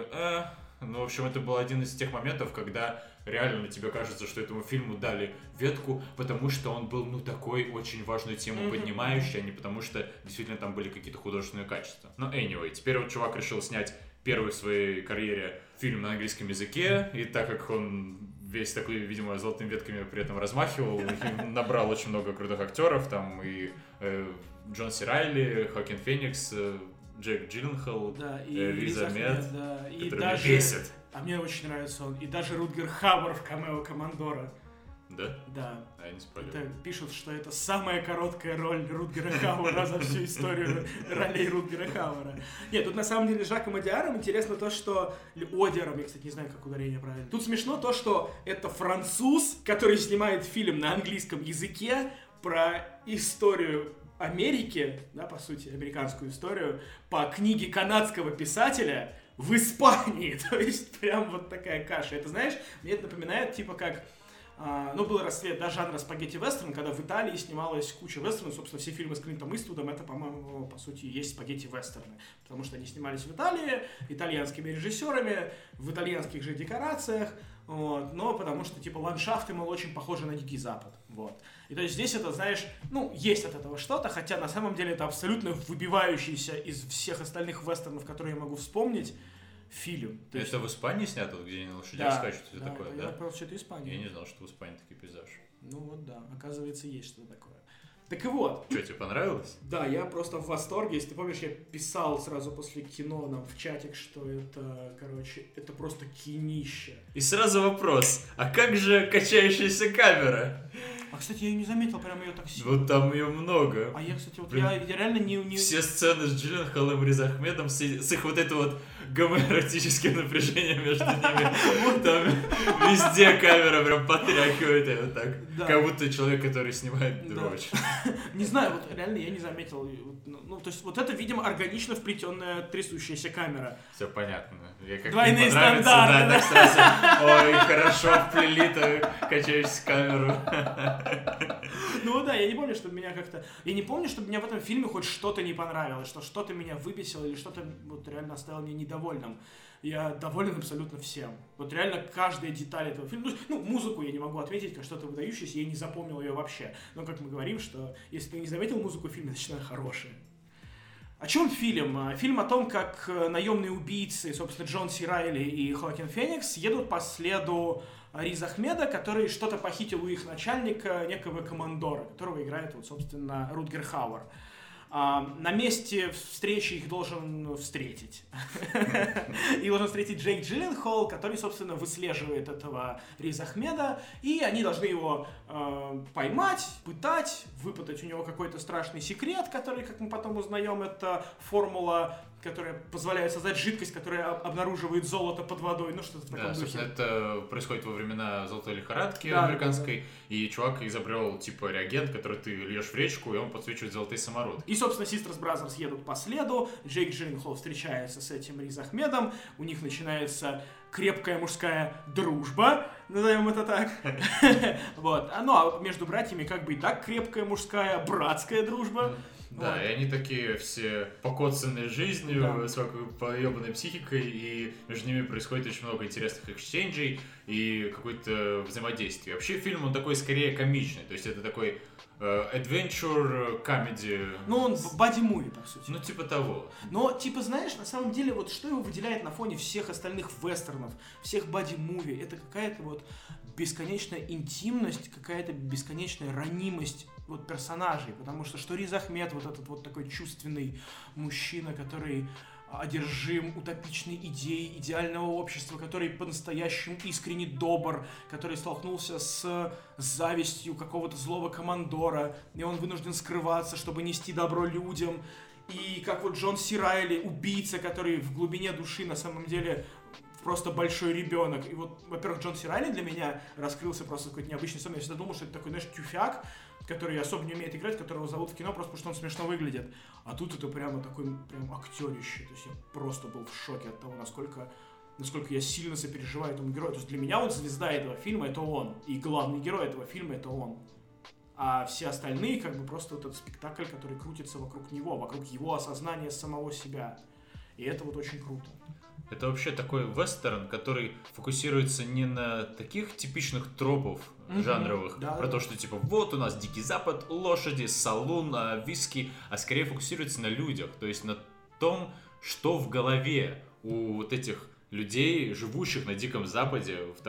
в общем, это был один из тех моментов, когда реально тебе кажется, что этому фильму дали ветку, потому что он был, такой очень важную тему поднимающий, а не потому что действительно там были какие-то художественные качества. Но anyway, теперь вот чувак решил снять первый в своей карьере фильм на английском языке, и так как он весь такой, видимо, золотыми ветками при этом размахивал, и набрал очень много крутых актеров, там и Джон Си Райли, Хоакин Феникс, Джек Джилленхол, да, и Риз Ахмед, да, и который даже, меня бесит. А мне очень нравится он. И даже Рутгер Хауэр в камео Командора. Да? Да. А я не спалил. Это пишут, что это самая короткая роль Рутгера Хауэра за всю историю ролей Рутгера Хауэра. Нет, тут на самом деле Жаком Одиаром интересно то, что... Одиаром, я, кстати, не знаю, как ударение правильно. Тут смешно то, что это француз, который снимает фильм на английском языке про историю Америки, да, по сути, американскую историю, по книге канадского писателя в Испании. То есть прям вот такая каша. Это, знаешь, мне это напоминает, типа, как... был расцвет жанра спагетти-вестерн, когда в Италии снималась куча вестернов. Собственно, все фильмы с Клинтом Иствудом, это, по-моему, по сути, есть спагетти-вестерны. Потому что они снимались в Италии, итальянскими режиссерами, в итальянских же декорациях. Вот, но потому что, типа, ландшафты, мол, очень похожи на Дикий Запад. Вот. И то есть здесь это, знаешь, есть от этого что-то, хотя на самом деле это абсолютно выбивающийся из всех остальных вестернов, которые я могу вспомнить, фильм. То есть... Это в Испании снято, где они на лошадях скачут, что такое, да? Я понял, что это Испания. Я не знал, что в Испании такие пейзажи. Ну вот да, оказывается, есть что-то такое. Так и вот. Что, тебе понравилось? Да, я просто в восторге. Если ты помнишь, я писал сразу после кино нам в чатик, что это, это просто кинище. И сразу вопрос, а как же качающаяся камера? А, кстати, я ее не заметил, прям ее так сильно. Вот там ее много. А я, кстати, вот я реально не... Все сцены с Джилленхолом и Риз Ахмедом, с их вот этой вот гомоэротическое напряжение между ними. Там везде камера прям потряхивает, и вот так. Да. Как будто человек, который снимает дрочь. Не знаю, вот реально я не заметил. Ну, то есть вот это, видимо, органично вплетенная трясущаяся камера. Все понятно. Я как Двойные мне понравится, стандарты, да, так сразу, ой, хорошо вплели-то качающуюся камеру. Ну да, я не помню, чтобы меня как-то... Я не помню, чтобы мне в этом фильме хоть что-то не понравилось, что что-то меня выбесило или что-то вот реально оставило меня недовольным. Я доволен абсолютно всем. Вот реально каждая деталь этого фильма... Ну, музыку я не могу отметить как что-то выдающееся, я не запомнил ее вообще. Но как мы говорим, что если ты не заметил музыку в фильме, значит она хорошая. О чем фильм? Фильм о том, как наемные убийцы, собственно, Джон Си Райли и Хоакин Феникс едут по следу Риз Ахмеда, который что-то похитил у их начальника, некого командора, которого играет, вот, собственно, Рутгер Хауэр. На месте встречи их должен встретить. Их должен встретить Джейк Джилленхол, который, собственно, выслеживает этого Риз Ахмеда, и они должны его поймать, пытать, выпытать у него какой-то страшный секрет, который, как мы потом узнаем, это формула, которая позволяет создать жидкость, которая обнаруживает золото под водой, ну что-то в таком Да, духе. собственно, это происходит во времена золотой лихорадки американской, и чувак изобрел, типа, реагент, который ты льешь в речку, и он подсвечивает золотые самородки. И, собственно, Sisters Brothers едут по следу, Джейк Джилленхол встречается с этим Риз Ахмедом, у них начинается крепкая мужская дружба, назовем это так. Вот. Ну, а между братьями как бы и так крепкая мужская братская дружба. Да, вот. И они такие все покоцанные жизнью, да, с поебанной психикой, и между ними происходит очень много интересных эксченджей и какое-то взаимодействие. Вообще фильм, он такой скорее комичный, то есть это такой adventure comedy. Ну, он бади-муви, по сути. Ну, типа того. Но, типа, знаешь, на самом деле, вот что его выделяет на фоне всех остальных вестернов, всех бади-муви, это какая-то вот бесконечная интимность, какая-то бесконечная ранимость вот персонажей, потому что Риз Ахмед, вот этот вот такой чувственный мужчина, который одержим утопичной идеей идеального общества, который по-настоящему искренне добр, который столкнулся с завистью какого-то злого командора, и он вынужден скрываться, чтобы нести добро людям. И как вот Джон Си Райли, убийца, который в глубине души на самом деле просто большой ребенок. И вот, во-первых, Джон Си Райли для меня раскрылся просто какой-то необычный сон. Я всегда думал, что это такой, знаешь, тюфяк, который особо не умеет играть, которого зовут в кино просто потому, что он смешно выглядит. А тут это прямо такой прям актерище. То есть я просто был в шоке от того, насколько я сильно сопереживаю этому герою. То есть для меня вот звезда этого фильма — это он. И главный герой этого фильма — это он. А все остальные как бы просто вот этот спектакль, который крутится вокруг него, вокруг его осознания самого себя. И это вот очень круто. Это вообще такой вестерн, который фокусируется не на таких типичных тропов жанровых, про то, что типа вот у нас Дикий Запад, лошади, салун, виски, а скорее фокусируется на людях, то есть на том, что в голове у вот этих людей, живущих на Диком Западе в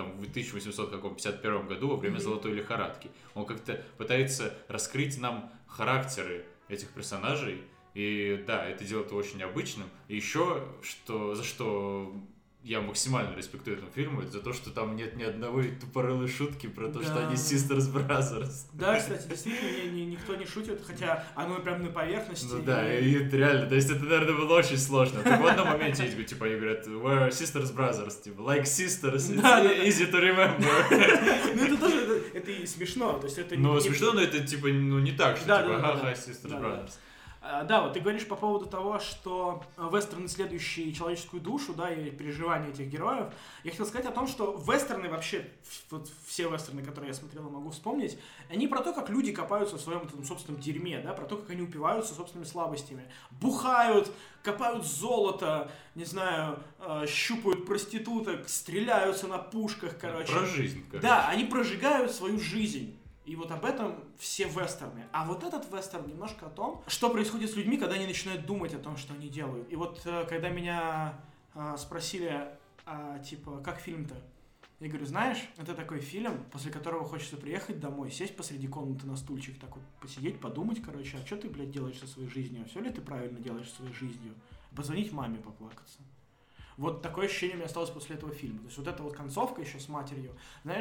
1851 году во время Золотой лихорадки. Он как-то пытается раскрыть нам характеры этих персонажей. И да, это делает его очень необычным. И еще, за что я максимально респектую этому фильму, это за то, что там нет ни одной тупорылой шутки про то, что они Sisters Brothers. Да, кстати, действительно, никто не шутит, хотя оно прям на поверхности. Ну да, и это реально, то есть это, наверное, было очень сложно. Так в одном моменте есть, типа, они говорят, we're Sisters Brothers, типа, like sisters, it's easy to remember. Ну это тоже, это и смешно, то есть это... Ну, смешно, но это, типа, не так, что, типа, ха-ха, Sisters Brothers. Да, вот ты говоришь по поводу того, что вестерн, исследующий человеческую душу, да, и переживания этих героев. Я хотел сказать о том, что вестерны вообще, вот все вестерны, которые я смотрел и могу вспомнить, они про то, как люди копаются в своем этом собственном дерьме, да, про то, как они упиваются собственными слабостями. Бухают, копают золото, не знаю, щупают проституток, стреляются на пушках, короче. Про жизнь, короче. Да, они прожигают свою жизнь. И вот об этом все вестерны. А вот этот вестерн немножко о том, что происходит с людьми, когда они начинают думать о том, что они делают. И вот когда меня спросили, типа, как фильм-то? Я говорю, знаешь, это такой фильм, после которого хочется приехать домой, сесть посреди комнаты на стульчик, так вот посидеть, подумать, короче, а что ты, блядь, делаешь со своей жизнью? Все ли ты правильно делаешь со своей жизнью? Позвонить маме, поплакаться. Вот такое ощущение у меня осталось после этого фильма. То есть вот эта вот концовка еще с матерью. Знаешь,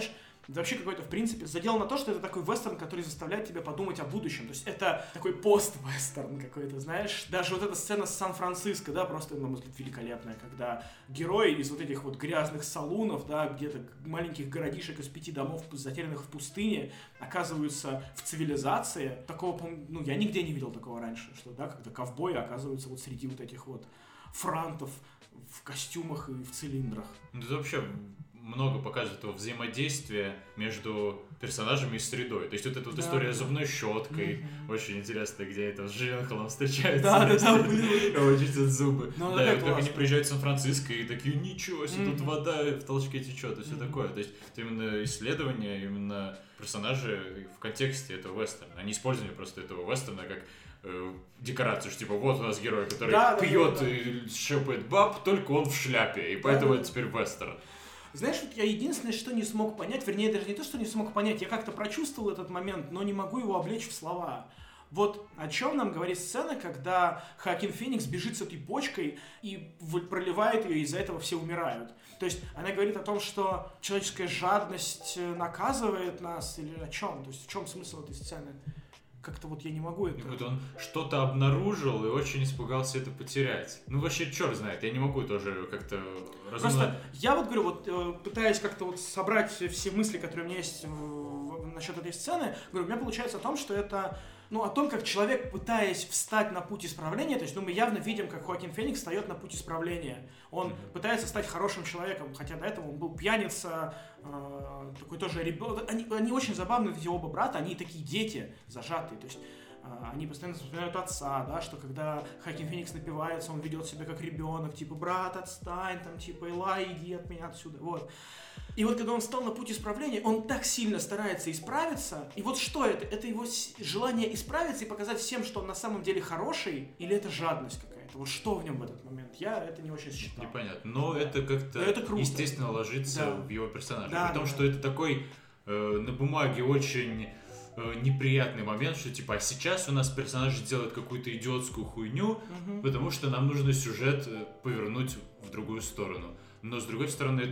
Это вообще какой-то, в принципе, задел на то, что это такой вестерн, который заставляет тебя подумать о будущем. То есть это такой пост-вестерн какой-то, знаешь. Даже вот эта сцена с Сан-Франциско, да, просто, на мой взгляд, великолепная, когда герои из вот этих вот грязных салунов, да, где-то маленьких городишек из 5 домов, затерянных в пустыне, оказываются в цивилизации. Такого, ну, я нигде не видел такого раньше, что, да, когда ковбои оказываются вот среди вот этих вот франтов в костюмах и в цилиндрах. Ну, это вообще много показывает этого взаимодействия между персонажами и средой. То есть вот эта вот история с зубной щеткой, очень интересная, где это с Джилленхолом встречаются. Да, блин. Он чистит зубы. Ну, да, и как они приезжают в Сан-Франциско и такие, ничего себе, тут вода в толчке течет и все такое. То есть это именно исследование, именно персонажи в контексте этого вестерна. Они использовали просто этого вестерна как декорацию, что типа вот у нас герой, который пьет и щепает баб, только он в шляпе, и поэтому это теперь вестерн. Знаешь, вот я единственное, что не смог понять, вернее, даже не то, что не смог понять, я как-то прочувствовал этот момент, но не могу его облечь в слова. Вот о чем нам говорит сцена, когда Хоакин Феникс бежит с этой бочкой и проливает ее, и из-за этого все умирают. То есть она говорит о том, что человеческая жадность наказывает нас, или о чем? То есть в чем смысл этой сцены? Как-то вот я не могу это... Вот он что-то обнаружил и очень испугался это потерять. Ну, вообще, черт знает, я не могу тоже как-то разумно... Просто я вот говорю, вот пытаясь как-то вот собрать все мысли, которые у меня есть насчет этой сцены, говорю, у меня получается о том, что это... Ну, о том, как человек, пытаясь встать на путь исправления, то есть, ну, мы явно видим, как Хоакин Феникс встает на путь исправления. Он пытается стать хорошим человеком, хотя до этого он был пьяница, такой тоже ребенок. Они очень забавные, эти оба брата, они такие дети зажатые, то есть они постоянно вспоминают отца, да, что когда Хоакин Феникс напивается, он ведет себя как ребенок, типа, брат, отстань, там, типа, Элай, иди от меня отсюда, вот. И вот когда он встал на путь исправления, он так сильно старается исправиться, и вот что это? Это его желание исправиться и показать всем, что он на самом деле хороший, или это жадность какая-то? Вот что в нем в этот момент? Я это не очень считал. Непонятно, но это как-то естественно ложится в его персонажа. Да, При том, что это такой на бумаге очень неприятный момент, что типа, а сейчас у нас персонажи делают какую-то идиотскую хуйню, потому что нам нужно сюжет повернуть в другую сторону. Но с другой стороны,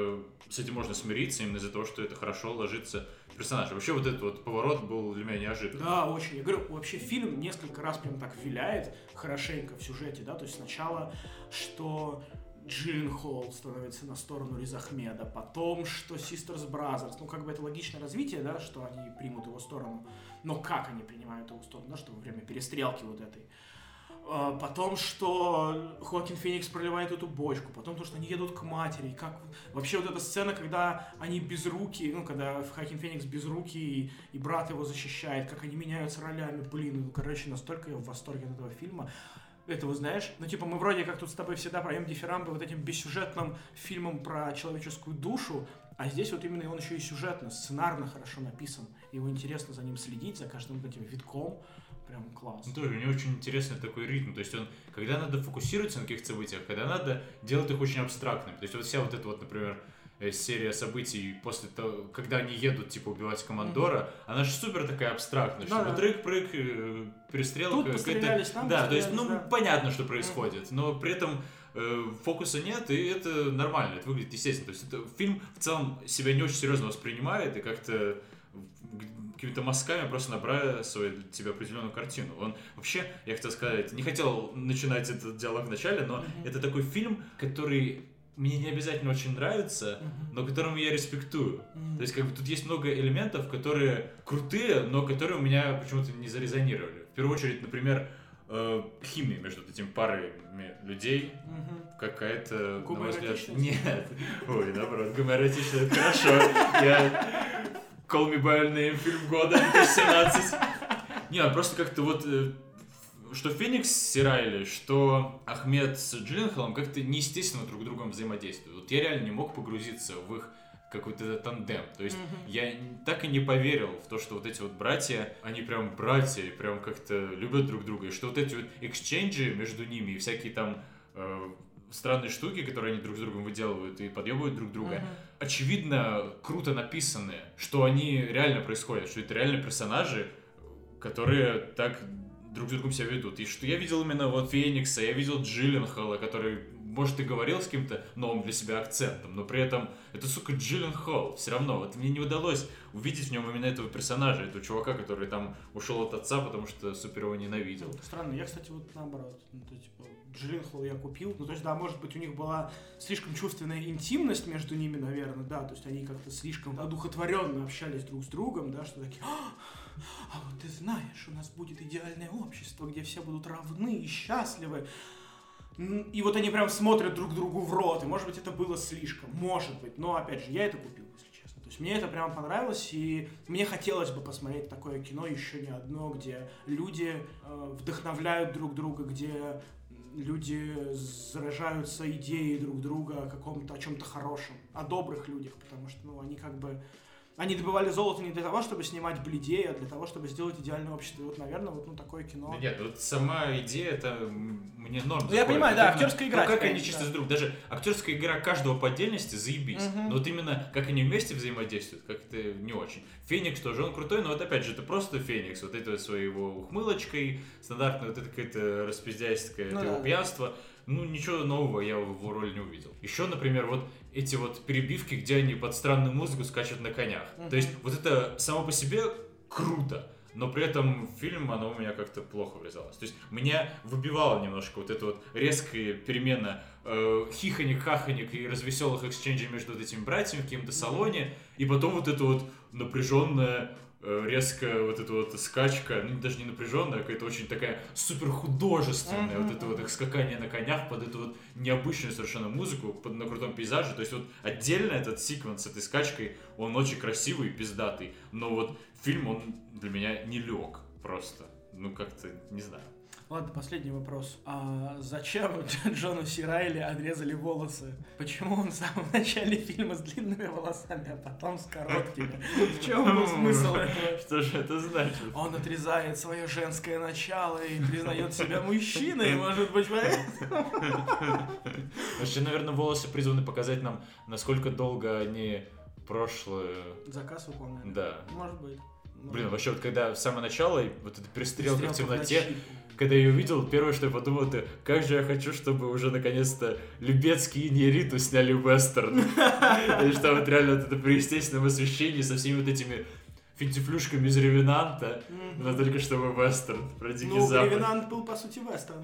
с этим можно смириться именно из-за того, что это хорошо ложится в персонажа. Вообще вот этот вот поворот был для меня неожиданным. Да, очень. Я говорю, вообще фильм несколько раз прям так виляет хорошенько в сюжете, да, то есть сначала, что Джилленхол становится на сторону Риз Ахмеда, потом, что Sisters Brothers, ну, как бы это логичное развитие, да, что они примут его сторону, но как они принимают его сторону, да, что во время перестрелки вот этой. Потом, что Хоакин Феникс проливает эту бочку, потом то, что они едут к матери, как вообще вот эта сцена, когда они безрукие, ну, когда Хоакин Феникс безрукий и брат его защищает, как они меняются ролями, блин, ну, короче, настолько я в восторге от этого фильма. Этого, знаешь, ну, типа, мы вроде как тут с тобой всегда проем дифирамбы вот этим бессюжетным фильмом про человеческую душу, а здесь вот именно он еще и сюжетно, сценарно хорошо написан, его интересно за ним следить, за каждым вот этим витком. Прям класс. Ну, тоже, у него очень интересный такой ритм. То есть он, когда надо фокусироваться на каких-то событиях, когда надо, делать их очень абстрактными. То есть вот вся вот эта вот, например, серия событий после того, когда они едут, типа, убивать командора, она же супер такая абстрактная. Да, что трык-прыг, перестрелка. Тут пострелялись, там да, то есть, ну, понятно, что происходит, но при этом фокуса нет, и это нормально, это выглядит естественно. То есть это, фильм в целом себя не очень серьезно воспринимает и как-то какими-то мазками просто набрасывает для тебя определенную картину. Он вообще, я хотел сказать, не хотел начинать этот диалог в начале, но это такой фильм, который мне не обязательно очень нравится, но которому я респектую. То есть как бы тут есть много элементов, которые крутые, но которые у меня почему-то не зарезонировали. В первую очередь, например, химия между этими парами людей какая-то, на мой взгляд... Нет. Ой, наоборот, гомоэротичная, это хорошо. Call Me By Your Name, фильм года 2017. Не, просто как-то вот, что Феникс с Сирайли, что Ахмед с Джилленхолом как-то неестественно друг с другом взаимодействуют. Вот я реально не мог погрузиться в их какой-то тандем. То есть я так и не поверил в то, что вот эти вот братья, они прям братья, и прям как-то любят друг друга. И что вот эти вот эксченджи между ними и всякие там странные штуки, которые они друг с другом выделывают и подъебывают друг друга, очевидно, круто написаны, что они реально происходят, что это реально персонажи, которые так друг с другом себя ведут. И что я видел именно вот Феникса, я видел Джилленхола, который может, и говорил с каким-то новым для себя акцентом, но при этом это, сука, Джилленхол. Все равно, вот мне не удалось увидеть в нем именно этого персонажа, этого чувака, который там ушел от отца, потому что супер его ненавидел. Странно, я, кстати, вот наоборот. Ну, то, типа, Джилленхол я купил. Ну, то есть, да, может быть, у них была слишком чувственная интимность между ними, наверное, да, то есть они как-то слишком одухотворенно общались друг с другом, да, что такие: а вот ты знаешь, у нас будет идеальное общество, где все будут равны и счастливы. И вот они прям смотрят друг другу в рот, и, может быть, это было слишком, может быть, но, опять же, я это купил, если честно. То есть мне это прям понравилось, и мне хотелось бы посмотреть такое кино еще не одно, где люди вдохновляют друг друга, где люди заражаются идеей друг друга о чем-то хорошем, о добрых людях, потому что, ну, они как бы... Они добывали золото не для того, чтобы снимать бледей, а для того, чтобы сделать идеальное общество. И вот, наверное, вот такое кино. Да нет, вот сама идея, это мне норм. Ну, я понимаю, да, актерская игра. Ну, как они чисто друг, даже актерская игра каждого по отдельности заебись. Но вот именно как они вместе взаимодействуют, как это не очень. Феникс тоже, он крутой, но вот опять же, это просто Феникс. Вот это своей его ухмылочкой, стандартная вот это какая-то распиздяйское, это его пьянство. Ну, ничего нового я в его роли не увидел. Еще, например, вот эти вот перебивки, где они под странную музыку скачут на конях. То есть, вот это само по себе круто, но при этом фильм, оно у меня как-то плохо врезалось. То есть, меня выбивало немножко вот эта вот резкая перемена хихоник-хахоник и развеселых эксченджей между вот этими братьями в каком-то салоне, и потом вот это вот напряженная, резкая вот эта вот скачка, ну даже не напряженная, а какая-то очень такая супер художественная, вот это вот их скакание на конях под эту вот необычную совершенно музыку, на крутом пейзаже. То есть вот отдельно этот секвенс с этой скачкой, он очень красивый и пиздатый, но вот фильм, он для меня не лег просто, ну как-то, не знаю. Ладно, последний вопрос. А зачем Джону Си Райли отрезали волосы? Почему он в самом начале фильма с длинными волосами, а потом с короткими? В чем был смысл этого? Что же это значит? Он отрезает свое женское начало и признает себя мужчиной, может быть, поэтому? Вообще, наверное, волосы призваны показать нам, насколько долго они прошлое... Заказ выполняют? Да. Может быть. Блин, вообще, вот когда в самое начало, вот эта перестрелка в темноте, когда я ее увидел, первое, что я подумал, это как же я хочу, чтобы уже наконец-то Любецкий и Нериту сняли вестерн. И что вот реально вот это при естественном освещении со всеми вот этими финтифлюшками из Ревенанта, но только чтобы вестерн, про Дикий Запад. Ну, Ревенант был, по сути, вестерном.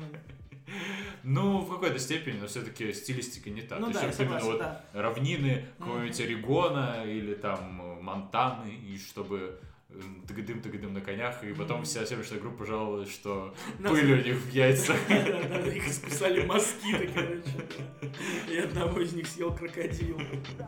Ну, в какой-то степени, но все-таки стилистика не та. Ну то да, есть, согласен, именно да. Вот равнины какого-нибудь Орегона или там Монтаны, и чтобы тыгадым на конях, и потом вся съемочная группа жаловалась, что пыль у них в яйцах. Да, их искусали москиты, короче. И одного из них съел крокодил.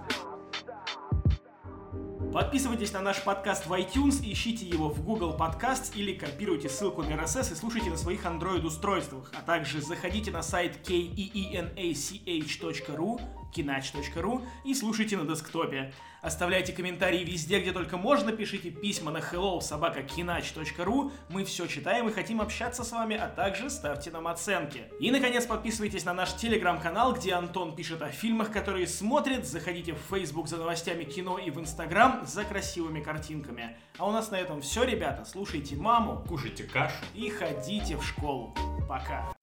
Подписывайтесь на наш подкаст в iTunes, ищите его в Google Podcast или копируйте ссылку на RSS и слушайте на своих Android-устройствах. А также заходите на сайт keenach.ru, kinach.ru и слушайте на десктопе. Оставляйте комментарии везде, где только можно, пишите письма на hello@kinach.ru. Мы все читаем и хотим общаться с вами, а также ставьте нам оценки. И, наконец, подписывайтесь на наш телеграм-канал, где Антон пишет о фильмах, которые смотрит. Заходите в Facebook за новостями кино и в Instagram за красивыми картинками. А у нас на этом все, ребята. Слушайте маму, Кушайте кашу и ходите в школу. Пока.